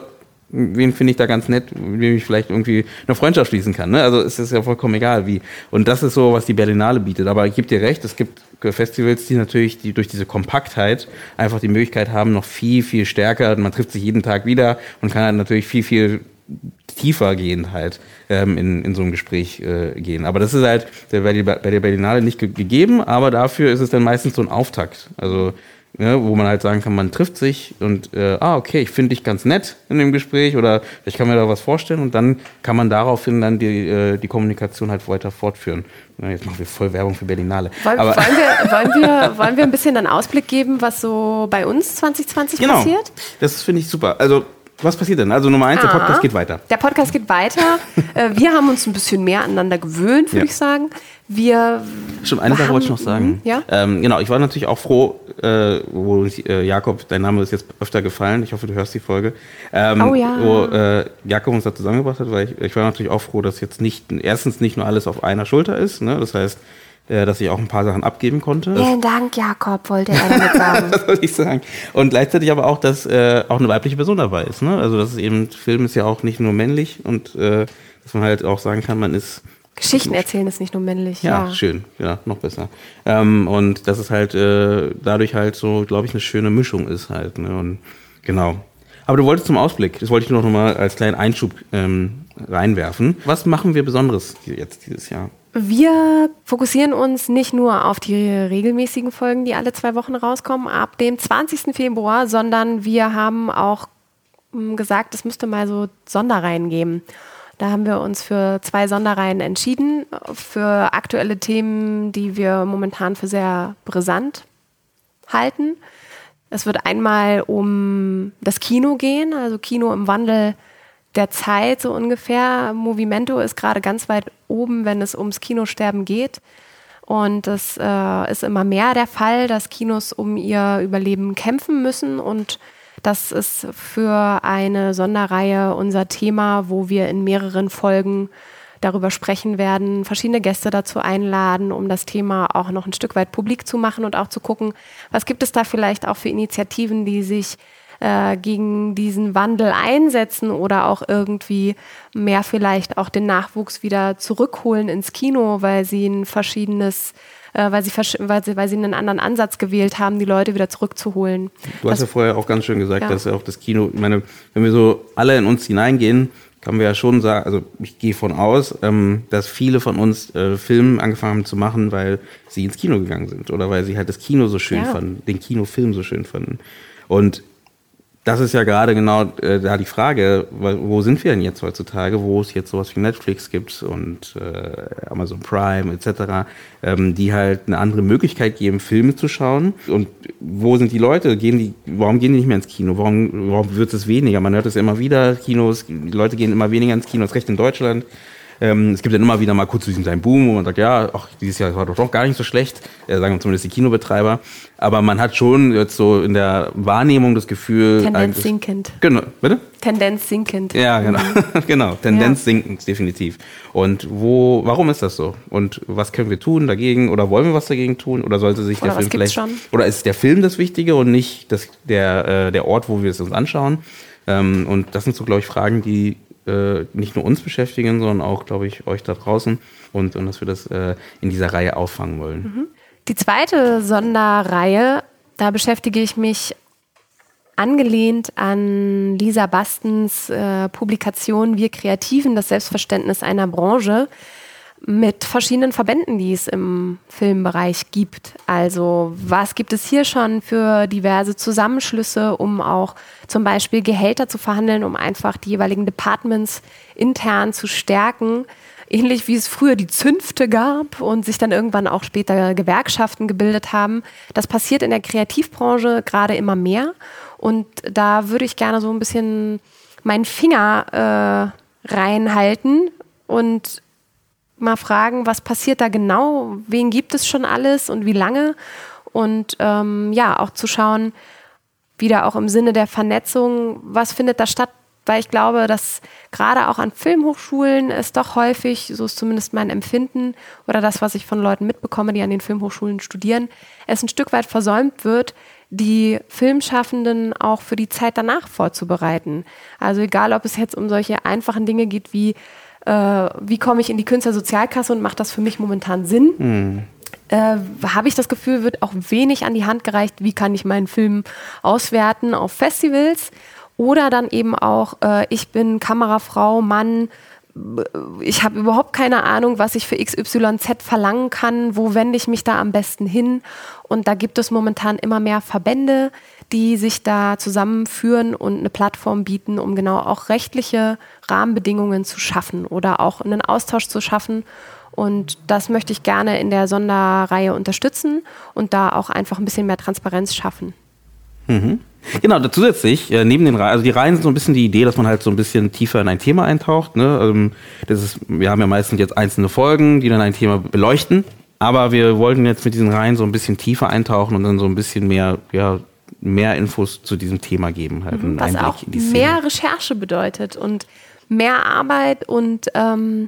Speaker 1: wen finde ich da ganz nett, mit dem ich vielleicht irgendwie eine Freundschaft schließen kann. Ne? Also es ist ja vollkommen egal, wie. Und das ist so, was die Berlinale bietet. Aber ich gebe dir recht, es gibt Festivals, die natürlich die durch diese Kompaktheit einfach die Möglichkeit haben, noch viel, viel stärker, man trifft sich jeden Tag wieder und kann halt natürlich viel, viel tiefer gehend halt ähm, in, in so ein Gespräch äh, gehen. Aber das ist halt bei der, bei der Berlinale nicht ge- gegeben, aber dafür ist es dann meistens so ein Auftakt. Also ja, wo man halt sagen kann, man trifft sich und äh, ah, okay, ich finde dich ganz nett in dem Gespräch oder ich kann mir da was vorstellen und dann kann man daraufhin dann die, äh, die Kommunikation halt weiter fortführen. Ja, jetzt machen wir voll Werbung für Berlinale.
Speaker 2: Wollen,
Speaker 1: Aber
Speaker 2: wollen, wir, wollen, wir, wollen wir ein bisschen einen Ausblick geben, was so bei uns zwanzig zwanzig
Speaker 1: genau,
Speaker 2: passiert?
Speaker 1: Das finde ich super. Also was passiert denn? Also Nummer eins, ah, der Podcast geht weiter.
Speaker 2: Der Podcast geht weiter. Wir haben uns ein bisschen mehr aneinander gewöhnt, würde ja. ich sagen. Wir
Speaker 1: Schon eine Sache wollte ich noch sagen.
Speaker 2: Ja?
Speaker 1: Ähm, genau, ich war natürlich auch froh, äh, wo äh, Jakob, dein Name ist jetzt öfter gefallen, ich hoffe, du hörst die Folge, ähm,
Speaker 2: oh, ja.
Speaker 1: wo äh, Jakob uns da zusammengebracht hat, weil ich, ich war natürlich auch froh, dass jetzt nicht, erstens nicht nur alles auf einer Schulter ist, ne? Das heißt, äh, dass ich auch ein paar Sachen abgeben konnte.
Speaker 2: Vielen Dank, Jakob, wollte er damit sagen.
Speaker 1: Das wollte ich sagen. Und gleichzeitig aber auch, dass äh, auch eine weibliche Person dabei ist. Ne? Also das ist eben, Film ist ja auch nicht nur männlich und äh, dass man halt auch sagen kann, man ist
Speaker 2: Geschichten erzählen ist nicht nur männlich.
Speaker 1: Ja,
Speaker 2: ja.
Speaker 1: schön. Ja, noch besser. Ähm, und dass es halt äh, dadurch halt so, glaube ich, eine schöne Mischung ist halt. Ne? Und genau. Aber du wolltest zum Ausblick, das wollte ich nur noch mal als kleinen Einschub ähm, reinwerfen. Was machen wir Besonderes jetzt dieses Jahr?
Speaker 2: Wir fokussieren uns nicht nur auf die regelmäßigen Folgen, die alle zwei Wochen rauskommen, ab dem zwanzigsten Februar, sondern wir haben auch gesagt, es müsste mal so Sonderreihen geben. Da haben wir uns für zwei Sonderreihen entschieden, für aktuelle Themen, die wir momentan für sehr brisant halten. Es wird einmal um das Kino gehen, also Kino im Wandel der Zeit so ungefähr. Movimento ist gerade ganz weit oben, wenn es ums Kinosterben geht. Und es äh, ist immer mehr der Fall, dass Kinos um ihr Überleben kämpfen müssen. Und das ist für eine Sonderreihe unser Thema, wo wir in mehreren Folgen darüber sprechen werden, verschiedene Gäste dazu einladen, um das Thema auch noch ein Stück weit publik zu machen und auch zu gucken, was gibt es da vielleicht auch für Initiativen, die sich äh, gegen diesen Wandel einsetzen oder auch irgendwie mehr vielleicht auch den Nachwuchs wieder zurückholen ins Kino, weil sie ein verschiedenes Weil sie, weil, sie, weil sie einen anderen Ansatz gewählt haben, die Leute wieder zurückzuholen.
Speaker 1: Du hast
Speaker 2: das,
Speaker 1: ja vorher auch ganz schön gesagt,
Speaker 2: ja.
Speaker 1: dass ja auch das Kino, ich meine, wenn wir so alle in uns hineingehen, kann man ja schon sagen, also ich gehe von aus, ähm, dass viele von uns äh, Filme angefangen haben zu machen, weil sie ins Kino gegangen sind oder weil sie halt das Kino so schön
Speaker 2: ja.
Speaker 1: fanden, den Kinofilm so schön fanden. Und das ist ja gerade genau äh, da die Frage, wo sind wir denn jetzt heutzutage, wo es jetzt sowas wie Netflix gibt und äh, Amazon Prime et cetera, ähm, die halt eine andere Möglichkeit geben, Filme zu schauen. Und wo sind die Leute? Gehen die? Warum gehen die nicht mehr ins Kino? Warum, warum wird es weniger? Man hört es ja immer wieder, Kinos, die Leute gehen immer weniger ins Kino, das recht in Deutschland. Ähm, es gibt dann immer wieder mal kurz diesen kleinen Boom, wo man sagt, ja, ach, dieses Jahr war doch, doch gar nicht so schlecht, äh, sagen zumindest die Kinobetreiber. Aber man hat schon jetzt so in der Wahrnehmung das Gefühl...
Speaker 2: Tendenz sinkend.
Speaker 1: Genau, bitte?
Speaker 2: Tendenz sinkend.
Speaker 1: Ja, genau, mhm. genau, Tendenz
Speaker 2: ja.
Speaker 1: sinkend, definitiv. Und wo, warum ist das so? Und was können wir tun dagegen? Oder wollen wir was dagegen tun? Oder sollte sich
Speaker 2: oder
Speaker 1: der Film vielleicht...
Speaker 2: Schon?
Speaker 1: Oder ist der Film das Wichtige und nicht das, der, äh, der Ort, wo wir es uns anschauen? Ähm, und das sind so, glaube ich, Fragen, die nicht nur uns beschäftigen, sondern auch, glaube ich, euch da draußen und, und dass wir das äh, in dieser Reihe auffangen wollen.
Speaker 2: Die zweite Sonderreihe, da beschäftige ich mich angelehnt an Lisa Bastens äh, Publikation Wir Kreativen, das Selbstverständnis einer Branche, mit verschiedenen Verbänden, die es im Filmbereich gibt. Also was gibt es hier schon für diverse Zusammenschlüsse, um auch zum Beispiel Gehälter zu verhandeln, um einfach die jeweiligen Departments intern zu stärken. Ähnlich wie es früher die Zünfte gab und sich dann irgendwann auch später Gewerkschaften gebildet haben. Das passiert in der Kreativbranche gerade immer mehr. Und da würde ich gerne so ein bisschen meinen Finger äh, reinhalten und mal fragen, was passiert da genau, wen gibt es schon alles und wie lange und ähm, ja, auch zu schauen, wieder auch im Sinne der Vernetzung, was findet da statt, weil ich glaube, dass gerade auch an Filmhochschulen es doch häufig, so ist zumindest mein Empfinden oder das, was ich von Leuten mitbekomme, die an den Filmhochschulen studieren, es ein Stück weit versäumt wird, die Filmschaffenden auch für die Zeit danach vorzubereiten. Also egal, ob es jetzt um solche einfachen Dinge geht wie, äh, wie komme ich in die Künstlersozialkasse und macht das für mich momentan Sinn? Mhm. Äh, habe ich das Gefühl, wird auch wenig an die Hand gereicht, wie kann ich meinen Film auswerten auf Festivals oder dann eben auch, äh, ich bin Kamerafrau, Mann, ich habe überhaupt keine Ahnung, was ich für X Y Z verlangen kann, wo wende ich mich da am besten hin und da gibt es momentan immer mehr Verbände, die sich da zusammenführen und eine Plattform bieten, um genau auch rechtliche Rahmenbedingungen zu schaffen oder auch einen Austausch zu schaffen. Und das möchte ich gerne in der Sonderreihe unterstützen und da auch einfach ein bisschen mehr Transparenz schaffen.
Speaker 1: Mhm. Genau, zusätzlich, äh, neben den Reihen, also die Reihen sind so ein bisschen die Idee, dass man halt so ein bisschen tiefer in ein Thema eintaucht. Ne? Ähm, das ist, wir haben ja meistens jetzt einzelne Folgen, die dann ein Thema beleuchten. Aber wir wollten jetzt mit diesen Reihen so ein bisschen tiefer eintauchen und dann so ein bisschen mehr, ja, mehr Infos zu diesem Thema geben. Halt,
Speaker 2: mhm, was auch mehr Recherche bedeutet und mehr Arbeit und ähm,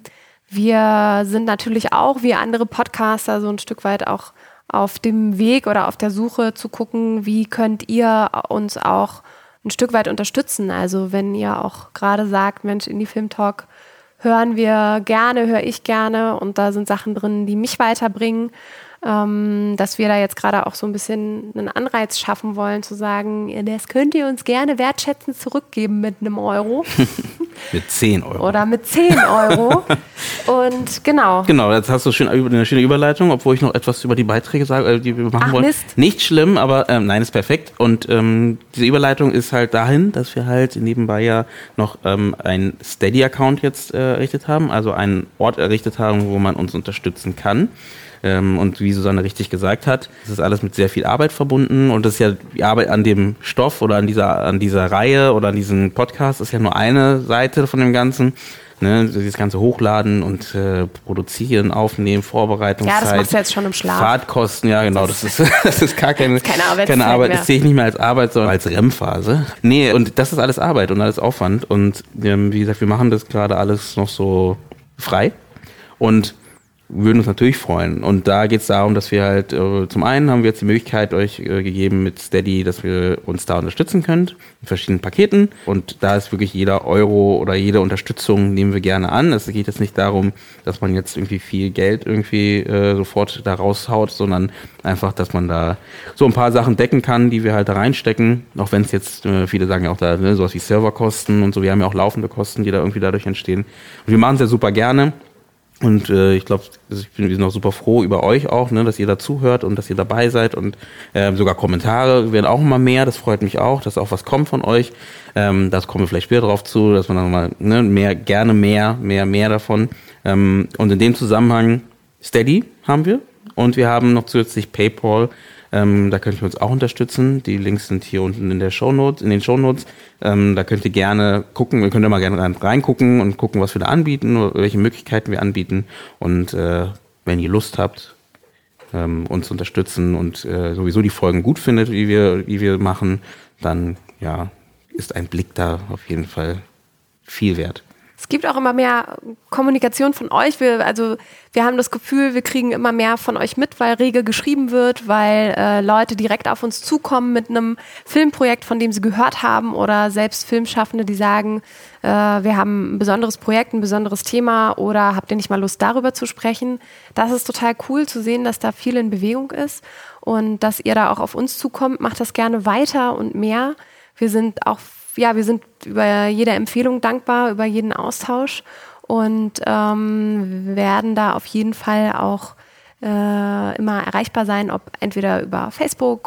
Speaker 2: wir sind natürlich auch, wie andere Podcaster, so ein Stück weit auch auf dem Weg oder auf der Suche zu gucken, wie könnt ihr uns auch ein Stück weit unterstützen. Also wenn ihr auch gerade sagt, Mensch, Indie Film Talk hören wir gerne, höre ich gerne und da sind Sachen drin, die mich weiterbringen, ähm, dass wir da jetzt gerade auch so ein bisschen einen Anreiz schaffen wollen, zu sagen, das könnt ihr uns gerne wertschätzend zurückgeben mit einem Euro.
Speaker 1: Mit zehn Euro.
Speaker 2: Oder mit zehn Euro. Und genau.
Speaker 1: Genau, jetzt hast du schön, eine schöne Überleitung, obwohl ich noch etwas über die Beiträge sage, die wir machen
Speaker 2: Ach,
Speaker 1: wollen.
Speaker 2: Mist.
Speaker 1: Nicht schlimm, aber ähm, nein, ist perfekt. Und ähm, diese Überleitung ist halt dahin, dass wir halt nebenbei ja noch ähm, einen Steady-Account jetzt äh, errichtet haben, also einen Ort errichtet haben, wo man uns unterstützen kann. Ähm, und wie Susanne richtig gesagt hat, es ist alles mit sehr viel Arbeit verbunden und das ist ja die Arbeit an dem Stoff oder an dieser, an dieser Reihe oder an diesem Podcast ist ja nur eine Seite von dem Ganzen. Ne, das ganze Hochladen und äh, produzieren, aufnehmen, Vorbereitungszeit.
Speaker 2: Ja, das machst du jetzt schon im Schlaf.
Speaker 1: Fahrtkosten, ja genau, das ist, das ist gar keine,
Speaker 2: keine Arbeit.
Speaker 1: Keine Arbeit. Das sehe ich nicht mehr als Arbeit, sondern als R E M-Phase. Nee, und das ist alles Arbeit und alles Aufwand. Und ähm, wie gesagt, wir machen das gerade alles noch so frei und würden uns natürlich freuen. Und da geht es darum, dass wir halt, äh, zum einen haben wir jetzt die Möglichkeit euch äh, gegeben mit Steady, dass wir uns da unterstützen könnt, in verschiedenen Paketen. Und da ist wirklich jeder Euro oder jede Unterstützung nehmen wir gerne an. Es geht jetzt nicht darum, dass man jetzt irgendwie viel Geld irgendwie äh, sofort da raushaut, sondern einfach, dass man da so ein paar Sachen decken kann, die wir halt da reinstecken. Auch wenn es jetzt, äh, viele sagen ja auch da, ne, sowas wie Serverkosten und so. Wir haben ja auch laufende Kosten, die da irgendwie dadurch entstehen. Und wir machen es ja super gerne. Und äh, ich glaube, ich bin, wir sind auch super froh über euch auch, ne, dass ihr da zuhört und dass ihr dabei seid und äh, sogar Kommentare werden auch immer mehr. Das freut mich auch, dass auch was kommt von euch. Ähm, das kommen wir vielleicht später drauf zu, dass man dann mal ne, mehr, gerne mehr, mehr, mehr davon. Ähm, und in dem Zusammenhang Steady haben wir und wir haben noch zusätzlich PayPal. Ähm, da könnt ihr uns auch unterstützen. Die Links sind hier unten in der Shownotes, in den Shownotes. Ähm, da könnt ihr gerne gucken, ihr könnt ja mal gerne rein, reingucken und gucken, was wir da anbieten, welche Möglichkeiten wir anbieten. Und äh, wenn ihr Lust habt, ähm, uns zu unterstützen und äh, sowieso die Folgen gut findet, wie wir, wie wir machen, dann ja, ist ein Blick da auf jeden Fall viel wert.
Speaker 2: Es gibt auch immer mehr Kommunikation von euch. Wir, also wir haben das Gefühl, wir kriegen immer mehr von euch mit, weil rege geschrieben wird, weil äh, Leute direkt auf uns zukommen mit einem Filmprojekt, von dem sie gehört haben oder selbst Filmschaffende, die sagen, äh, wir haben ein besonderes Projekt, ein besonderes Thema oder habt ihr nicht mal Lust, darüber zu sprechen? Das ist total cool zu sehen, dass da viel in Bewegung ist und dass ihr da auch auf uns zukommt. Macht das gerne weiter und mehr. Wir sind auch Ja, wir sind über jede Empfehlung dankbar, über jeden Austausch und ähm, werden da auf jeden Fall auch äh, immer erreichbar sein, ob entweder über Facebook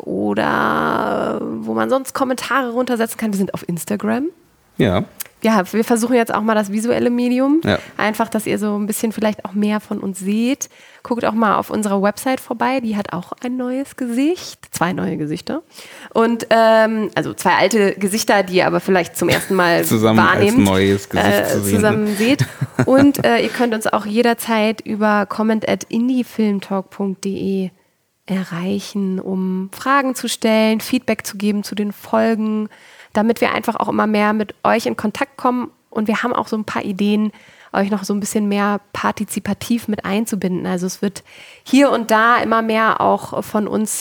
Speaker 2: oder wo man sonst Kommentare runtersetzen kann. Wir sind auf Instagram.
Speaker 1: Ja.
Speaker 2: Ja, wir versuchen jetzt auch mal das visuelle Medium.
Speaker 1: Ja.
Speaker 2: Einfach, dass ihr so ein bisschen vielleicht auch mehr von uns seht. Guckt auch mal auf unserer Website vorbei. Die hat auch ein neues Gesicht. Zwei neue Gesichter. Und ähm, also zwei alte Gesichter, die ihr aber vielleicht zum ersten Mal
Speaker 1: zusammen
Speaker 2: wahrnehmt.
Speaker 1: Als neues Gesicht
Speaker 2: äh,
Speaker 1: zu sehen.
Speaker 2: Zusammen seht. Und äh, ihr könnt uns auch jederzeit über comment at indiefilmtalk punkt de erreichen, um Fragen zu stellen, Feedback zu geben zu den Folgen, damit wir einfach auch immer mehr mit euch in Kontakt kommen. Und wir haben auch so ein paar Ideen, euch noch so ein bisschen mehr partizipativ mit einzubinden. Also es wird hier und da immer mehr auch von uns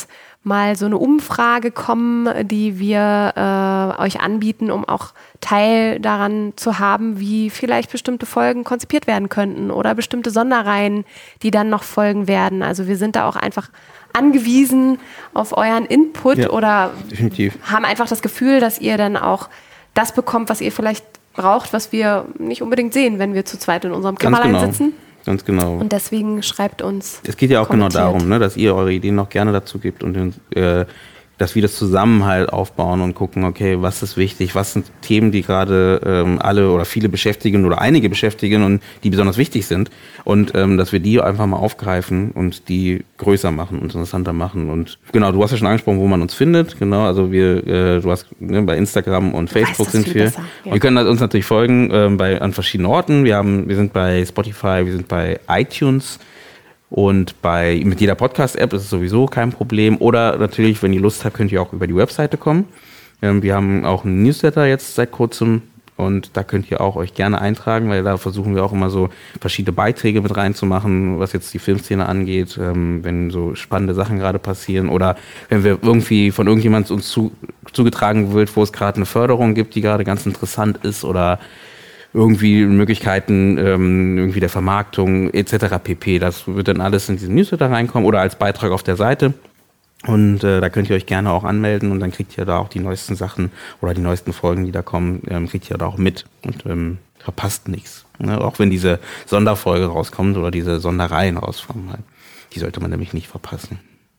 Speaker 2: mal so eine Umfrage kommen, die wir äh, euch anbieten, um auch Teil daran zu haben, wie vielleicht bestimmte Folgen konzipiert werden könnten oder bestimmte Sonderreihen, die dann noch folgen werden. Also wir sind da auch einfach angewiesen auf euren Input
Speaker 1: Ja,
Speaker 2: oder
Speaker 1: definitiv.
Speaker 2: haben einfach das Gefühl, dass ihr dann auch das bekommt, was ihr vielleicht braucht, was wir nicht unbedingt sehen, wenn wir zu zweit in unserem
Speaker 1: Ganz
Speaker 2: Kämmerlein
Speaker 1: genau.
Speaker 2: sitzen.
Speaker 1: Ganz genau.
Speaker 2: Und deswegen schreibt uns.
Speaker 1: Es geht ja auch genau
Speaker 2: kommentiert.
Speaker 1: darum, ne, dass ihr eure Ideen noch gerne dazu gebt und äh, dass wir das zusammen halt aufbauen und gucken, okay, was ist wichtig, was sind Themen, die gerade ähm, alle oder viele beschäftigen oder einige beschäftigen und die besonders wichtig sind und ähm, dass wir die einfach mal aufgreifen und die größer machen und interessanter machen. Und genau, du hast ja schon angesprochen, wo man uns findet, genau, also wir, äh, du hast ne, bei Instagram und Facebook
Speaker 2: weiß das
Speaker 1: sind
Speaker 2: viel
Speaker 1: wir.
Speaker 2: besser, ja.
Speaker 1: Wir können uns natürlich folgen ähm, bei an verschiedenen Orten. Wir haben, wir sind bei Spotify, wir sind bei iTunes. Und bei, mit jeder Podcast-App ist es sowieso kein Problem. Oder natürlich, wenn ihr Lust habt, könnt ihr auch über die Webseite kommen. Ähm, wir haben auch einen Newsletter jetzt seit kurzem. Und da könnt ihr auch euch gerne eintragen, weil da versuchen wir auch immer so verschiedene Beiträge mit reinzumachen, was jetzt die Filmszene angeht, ähm, wenn so spannende Sachen gerade passieren. Oder wenn wir irgendwie von irgendjemandem uns zu, zugetragen wird, wo es gerade eine Förderung gibt, die gerade ganz interessant ist. Oder irgendwie Möglichkeiten ähm, irgendwie der Vermarktung et cetera pp. Das wird dann alles in diesen Newsletter reinkommen oder als Beitrag auf der Seite. Und äh, da könnt ihr euch gerne auch anmelden und dann kriegt ihr da auch die neuesten Sachen oder die neuesten Folgen, die da kommen, ähm, kriegt ihr da auch mit und ähm, verpasst nichts. Ne? Auch wenn diese Sonderfolge rauskommt oder diese Sonderreihen rauskommen. Halt. Die sollte man nämlich nicht verpassen.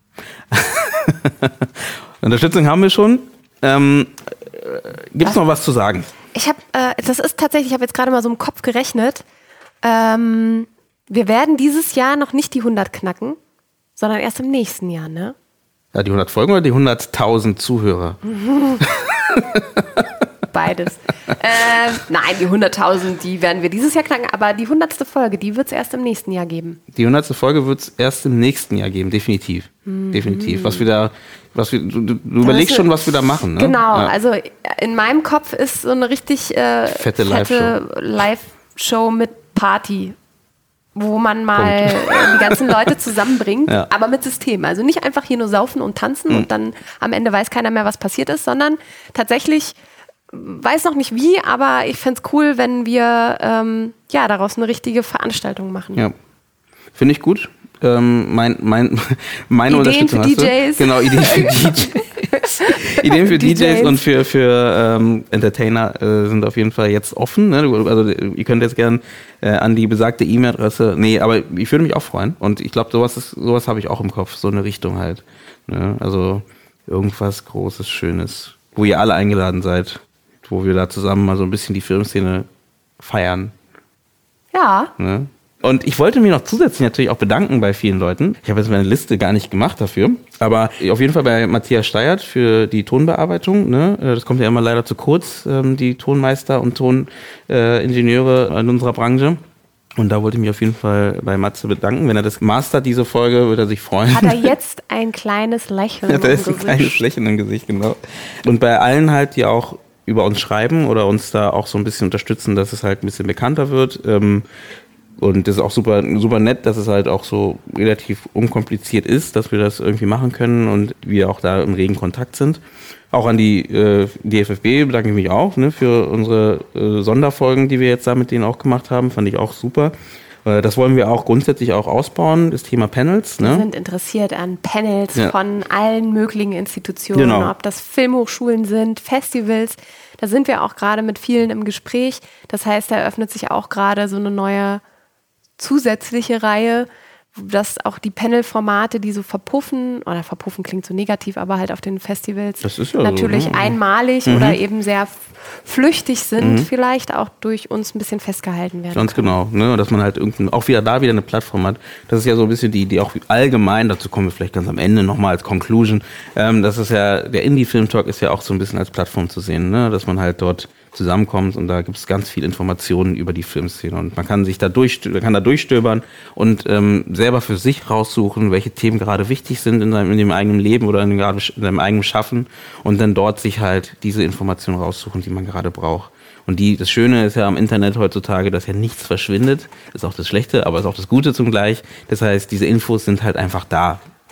Speaker 1: Unterstützung haben wir schon. Ähm, Gibt es noch was zu sagen?
Speaker 2: Ich habe, äh, das ist tatsächlich, ich habe jetzt gerade mal so im Kopf gerechnet. Ähm, wir werden dieses Jahr noch nicht die hundert knacken, sondern erst im nächsten Jahr, ne?
Speaker 1: Ja, die hundert Folgen oder die hunderttausend Zuhörer?
Speaker 2: Beides. äh, nein, die hunderttausend, die werden wir dieses Jahr knacken, aber die hundertste Folge, die wird es erst im nächsten Jahr geben.
Speaker 1: Die hundertste Folge wird es erst im nächsten Jahr geben, definitiv. Mhm. Definitiv. Was wir da, was wir, du, du überlegst schon, was wir da machen, ne?
Speaker 2: Genau,
Speaker 1: ja.
Speaker 2: Also in meinem Kopf ist so eine richtig äh,
Speaker 1: fette,
Speaker 2: fette Live-Show. Live-Show mit Party, wo man mal die ganzen Leute zusammenbringt, ja. aber mit System. Also nicht einfach hier nur saufen und tanzen mhm. und dann am Ende weiß keiner mehr, was passiert ist, sondern tatsächlich weiß noch nicht wie, aber ich fände es cool, wenn wir ähm, ja, daraus eine richtige Veranstaltung machen.
Speaker 1: Ja, finde ich gut. Ähm, mein, mein, meine
Speaker 2: Ideen
Speaker 1: Unterstützung
Speaker 2: für D Js.
Speaker 1: Hast du. Genau, Ideen für D Js. Ideen für D Js, D Js und für, für ähm, Entertainer äh, sind auf jeden Fall jetzt offen. Ne? Also ihr könnt jetzt gern äh, an die besagte E-Mail-Adresse. Nee, aber ich würde mich auch freuen. Und ich glaube, sowas ist, sowas habe ich auch im Kopf, so eine Richtung halt. Ne? Also irgendwas Großes, Schönes, wo ihr alle eingeladen seid, wo wir da zusammen mal so ein bisschen die Filmszene feiern.
Speaker 2: Ja.
Speaker 1: Ne? Und ich wollte mich noch zusätzlich natürlich auch bedanken bei vielen Leuten. Ich habe jetzt meine Liste gar nicht gemacht dafür. Aber auf jeden Fall bei Matthias Steyert für die Tonbearbeitung. Ne? Das kommt ja immer leider zu kurz, die Tonmeister und Toningenieure in unserer Branche. Und da wollte ich mich auf jeden Fall bei Matze bedanken. Wenn er das mastert, diese Folge, wird er sich freuen.
Speaker 2: Hat er jetzt ein kleines Lächeln im
Speaker 1: Gesicht? Hat er jetzt ein kleines Lächeln im Gesicht, genau. Und bei allen halt, die auch über uns schreiben oder uns da auch so ein bisschen unterstützen, dass es halt ein bisschen bekannter wird. Ähm, und das ist auch super, super nett, dass es halt auch so relativ unkompliziert ist, dass wir das irgendwie machen können und wir auch da im regen Kontakt sind. Auch an die äh, D F F B bedanke ich mich auch, ne, für unsere äh, Sonderfolgen, die wir jetzt da mit denen auch gemacht haben, fand ich auch super. Äh, das wollen wir auch grundsätzlich auch ausbauen, das Thema Panels. Ne?
Speaker 2: Wir sind interessiert an Panels
Speaker 1: ja.
Speaker 2: von allen möglichen Institutionen,
Speaker 1: genau.
Speaker 2: ob das Filmhochschulen sind, Festivals. Da sind wir auch gerade mit vielen im Gespräch. Das heißt, da eröffnet sich auch gerade so eine neue zusätzliche Reihe, dass auch die Panel-Formate, die so verpuffen, oder verpuffen klingt so negativ, aber halt auf den Festivals
Speaker 1: das ist ja
Speaker 2: natürlich
Speaker 1: so, ne?
Speaker 2: einmalig
Speaker 1: mhm.
Speaker 2: oder eben sehr flüchtig sind,
Speaker 1: mhm.
Speaker 2: vielleicht auch durch uns ein bisschen festgehalten werden.
Speaker 1: Ganz
Speaker 2: können.
Speaker 1: genau, ne? Dass man halt irgendein, auch wieder da wieder eine Plattform hat. Das ist ja so ein bisschen die, die auch allgemein, dazu kommen wir vielleicht ganz am Ende nochmal als Conclusion, ähm, das ist ja, der Indie-Film-Talk ist ja auch so ein bisschen als Plattform zu sehen, ne? Dass man halt dort zusammenkommt und da gibt es ganz viel Informationen über die Filmszene und man kann sich da durch, kann da durchstöbern und ähm, selber für sich raussuchen, welche Themen gerade wichtig sind in seinem, in dem eigenen Leben oder in, gerade in seinem eigenen Schaffen und dann dort sich halt diese Informationen raussuchen, die man gerade braucht. Und die, das Schöne ist ja am Internet heutzutage, dass ja nichts verschwindet. Das ist auch das Schlechte, aber ist auch das Gute zugleich. Das heißt, diese Infos sind halt einfach da.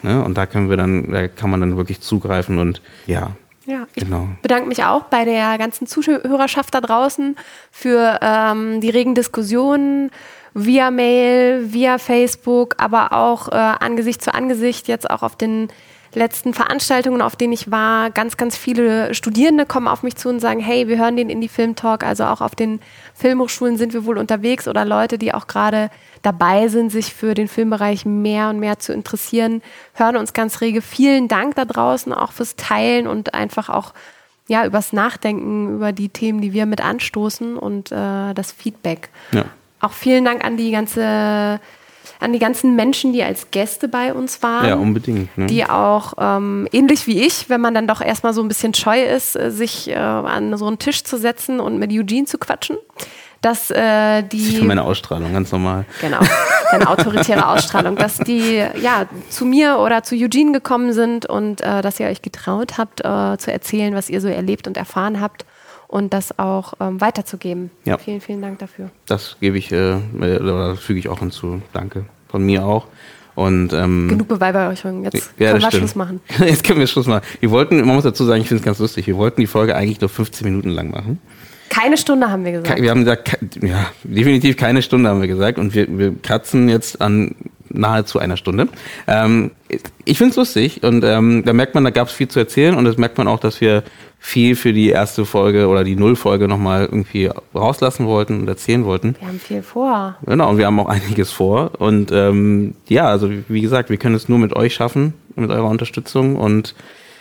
Speaker 1: Ne? Und da können wir dann, da kann man dann wirklich zugreifen und ja.
Speaker 2: Ja, ich
Speaker 1: genau.
Speaker 2: bedanke mich auch bei der ganzen Zuhörerschaft da draußen für ähm, die regen Diskussionen via Mail, via Facebook, aber auch äh, Angesicht zu Angesicht, jetzt auch auf den letzten Veranstaltungen, auf denen ich war. Ganz, ganz viele Studierende kommen auf mich zu und sagen, hey, wir hören den Indie-Film-Talk, also auch auf den Filmhochschulen sind wir wohl unterwegs oder Leute, die auch gerade dabei sind, sich für den Filmbereich mehr und mehr zu interessieren, hören uns ganz rege. Vielen Dank da draußen auch fürs Teilen und einfach auch ja, übers Nachdenken über die Themen, die wir mit anstoßen und äh, das Feedback.
Speaker 1: Ja.
Speaker 2: Auch vielen Dank an die ganze, an die ganzen Menschen, die als Gäste bei uns waren.
Speaker 1: Ja, unbedingt. Ne?
Speaker 2: Die auch ähm, ähnlich wie ich, wenn man dann doch erstmal so ein bisschen scheu ist, äh, sich äh, an so einen Tisch zu setzen und mit Eugene zu quatschen. Dass äh, die.
Speaker 1: Das ist für meine Ausstrahlung, ganz normal.
Speaker 2: Genau, deine autoritäre Ausstrahlung, dass die ja zu mir oder zu Eugene gekommen sind und äh, dass ihr euch getraut habt, äh, zu erzählen, was ihr so erlebt und erfahren habt und das auch ähm, weiterzugeben.
Speaker 1: Ja.
Speaker 2: Vielen, vielen Dank dafür.
Speaker 1: Das gebe ich, äh, oder füge ich auch hinzu. Danke. Von mir auch. Und, ähm,
Speaker 2: Genug Beweihräucherung. Jetzt
Speaker 1: ja,
Speaker 2: können wir
Speaker 1: stimmt.
Speaker 2: Schluss machen.
Speaker 1: Jetzt können wir Schluss machen. Wir wollten, man muss dazu sagen, ich finde es ganz lustig, wir wollten die Folge eigentlich nur fünfzehn Minuten lang machen.
Speaker 2: Keine Stunde haben wir gesagt.
Speaker 1: Wir haben gesagt, ja, definitiv keine Stunde haben wir gesagt und wir, wir kratzen jetzt an nahezu einer Stunde. Ähm, ich finde es lustig und ähm, da merkt man, da gab es viel zu erzählen und das merkt man auch, dass wir viel für die erste Folge oder die Nullfolge nochmal irgendwie rauslassen wollten und erzählen wollten.
Speaker 2: Wir haben viel vor.
Speaker 1: Genau, und wir haben auch einiges vor und ähm, ja, also wie gesagt, wir können es nur mit euch schaffen, mit eurer Unterstützung und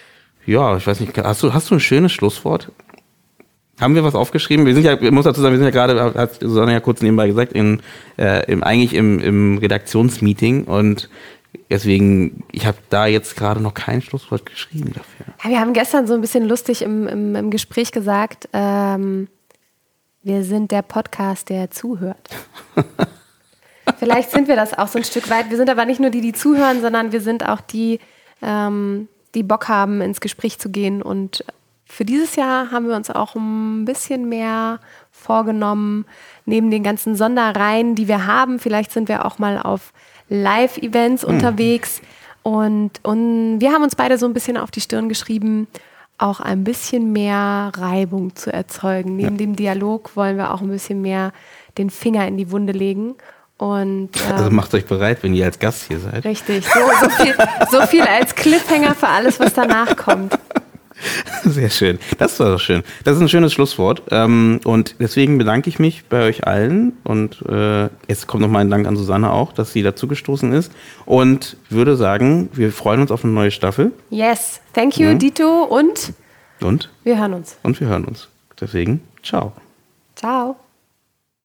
Speaker 1: ja, ich weiß nicht, hast du, hast du ein schönes Schlusswort? Haben wir was aufgeschrieben? Wir sind ja, ich muss dazu sagen, wir sind ja gerade, hat Susanne ja kurz nebenbei gesagt, in, äh, im, eigentlich im, im Redaktionsmeeting und deswegen, ich habe da jetzt gerade noch kein Schlusswort geschrieben dafür.
Speaker 2: Ja, wir haben gestern so ein bisschen lustig im, im, im Gespräch gesagt, ähm, wir sind der Podcast, der zuhört. Vielleicht sind wir das auch so ein Stück weit. Wir sind aber nicht nur die, die zuhören, sondern wir sind auch die, ähm, die Bock haben, ins Gespräch zu gehen und für dieses Jahr haben wir uns auch ein bisschen mehr vorgenommen, neben den ganzen Sonderreihen, die wir haben. Vielleicht sind wir auch mal auf Live-Events mhm. unterwegs. Und, und wir haben uns beide so ein bisschen auf die Stirn geschrieben, auch ein bisschen mehr Reibung zu erzeugen. Neben ja. dem Dialog wollen wir auch ein bisschen mehr den Finger in die Wunde legen. Und, ähm,
Speaker 1: also macht euch bereit, wenn ihr als Gast hier seid.
Speaker 2: Richtig, so, so, viel, so viel als Cliffhanger für alles, was danach kommt.
Speaker 1: Sehr schön. Das war doch schön. Das ist ein schönes Schlusswort. Und deswegen bedanke ich mich bei euch allen. Und jetzt kommt noch mal ein Dank an Susanne auch, dass sie dazugestoßen ist. Und würde sagen, wir freuen uns auf eine neue Staffel.
Speaker 2: Yes. Thank you, ja. Dito. Und?
Speaker 1: Und?
Speaker 2: Wir hören uns.
Speaker 1: Und wir hören uns. Deswegen, ciao.
Speaker 2: Ciao.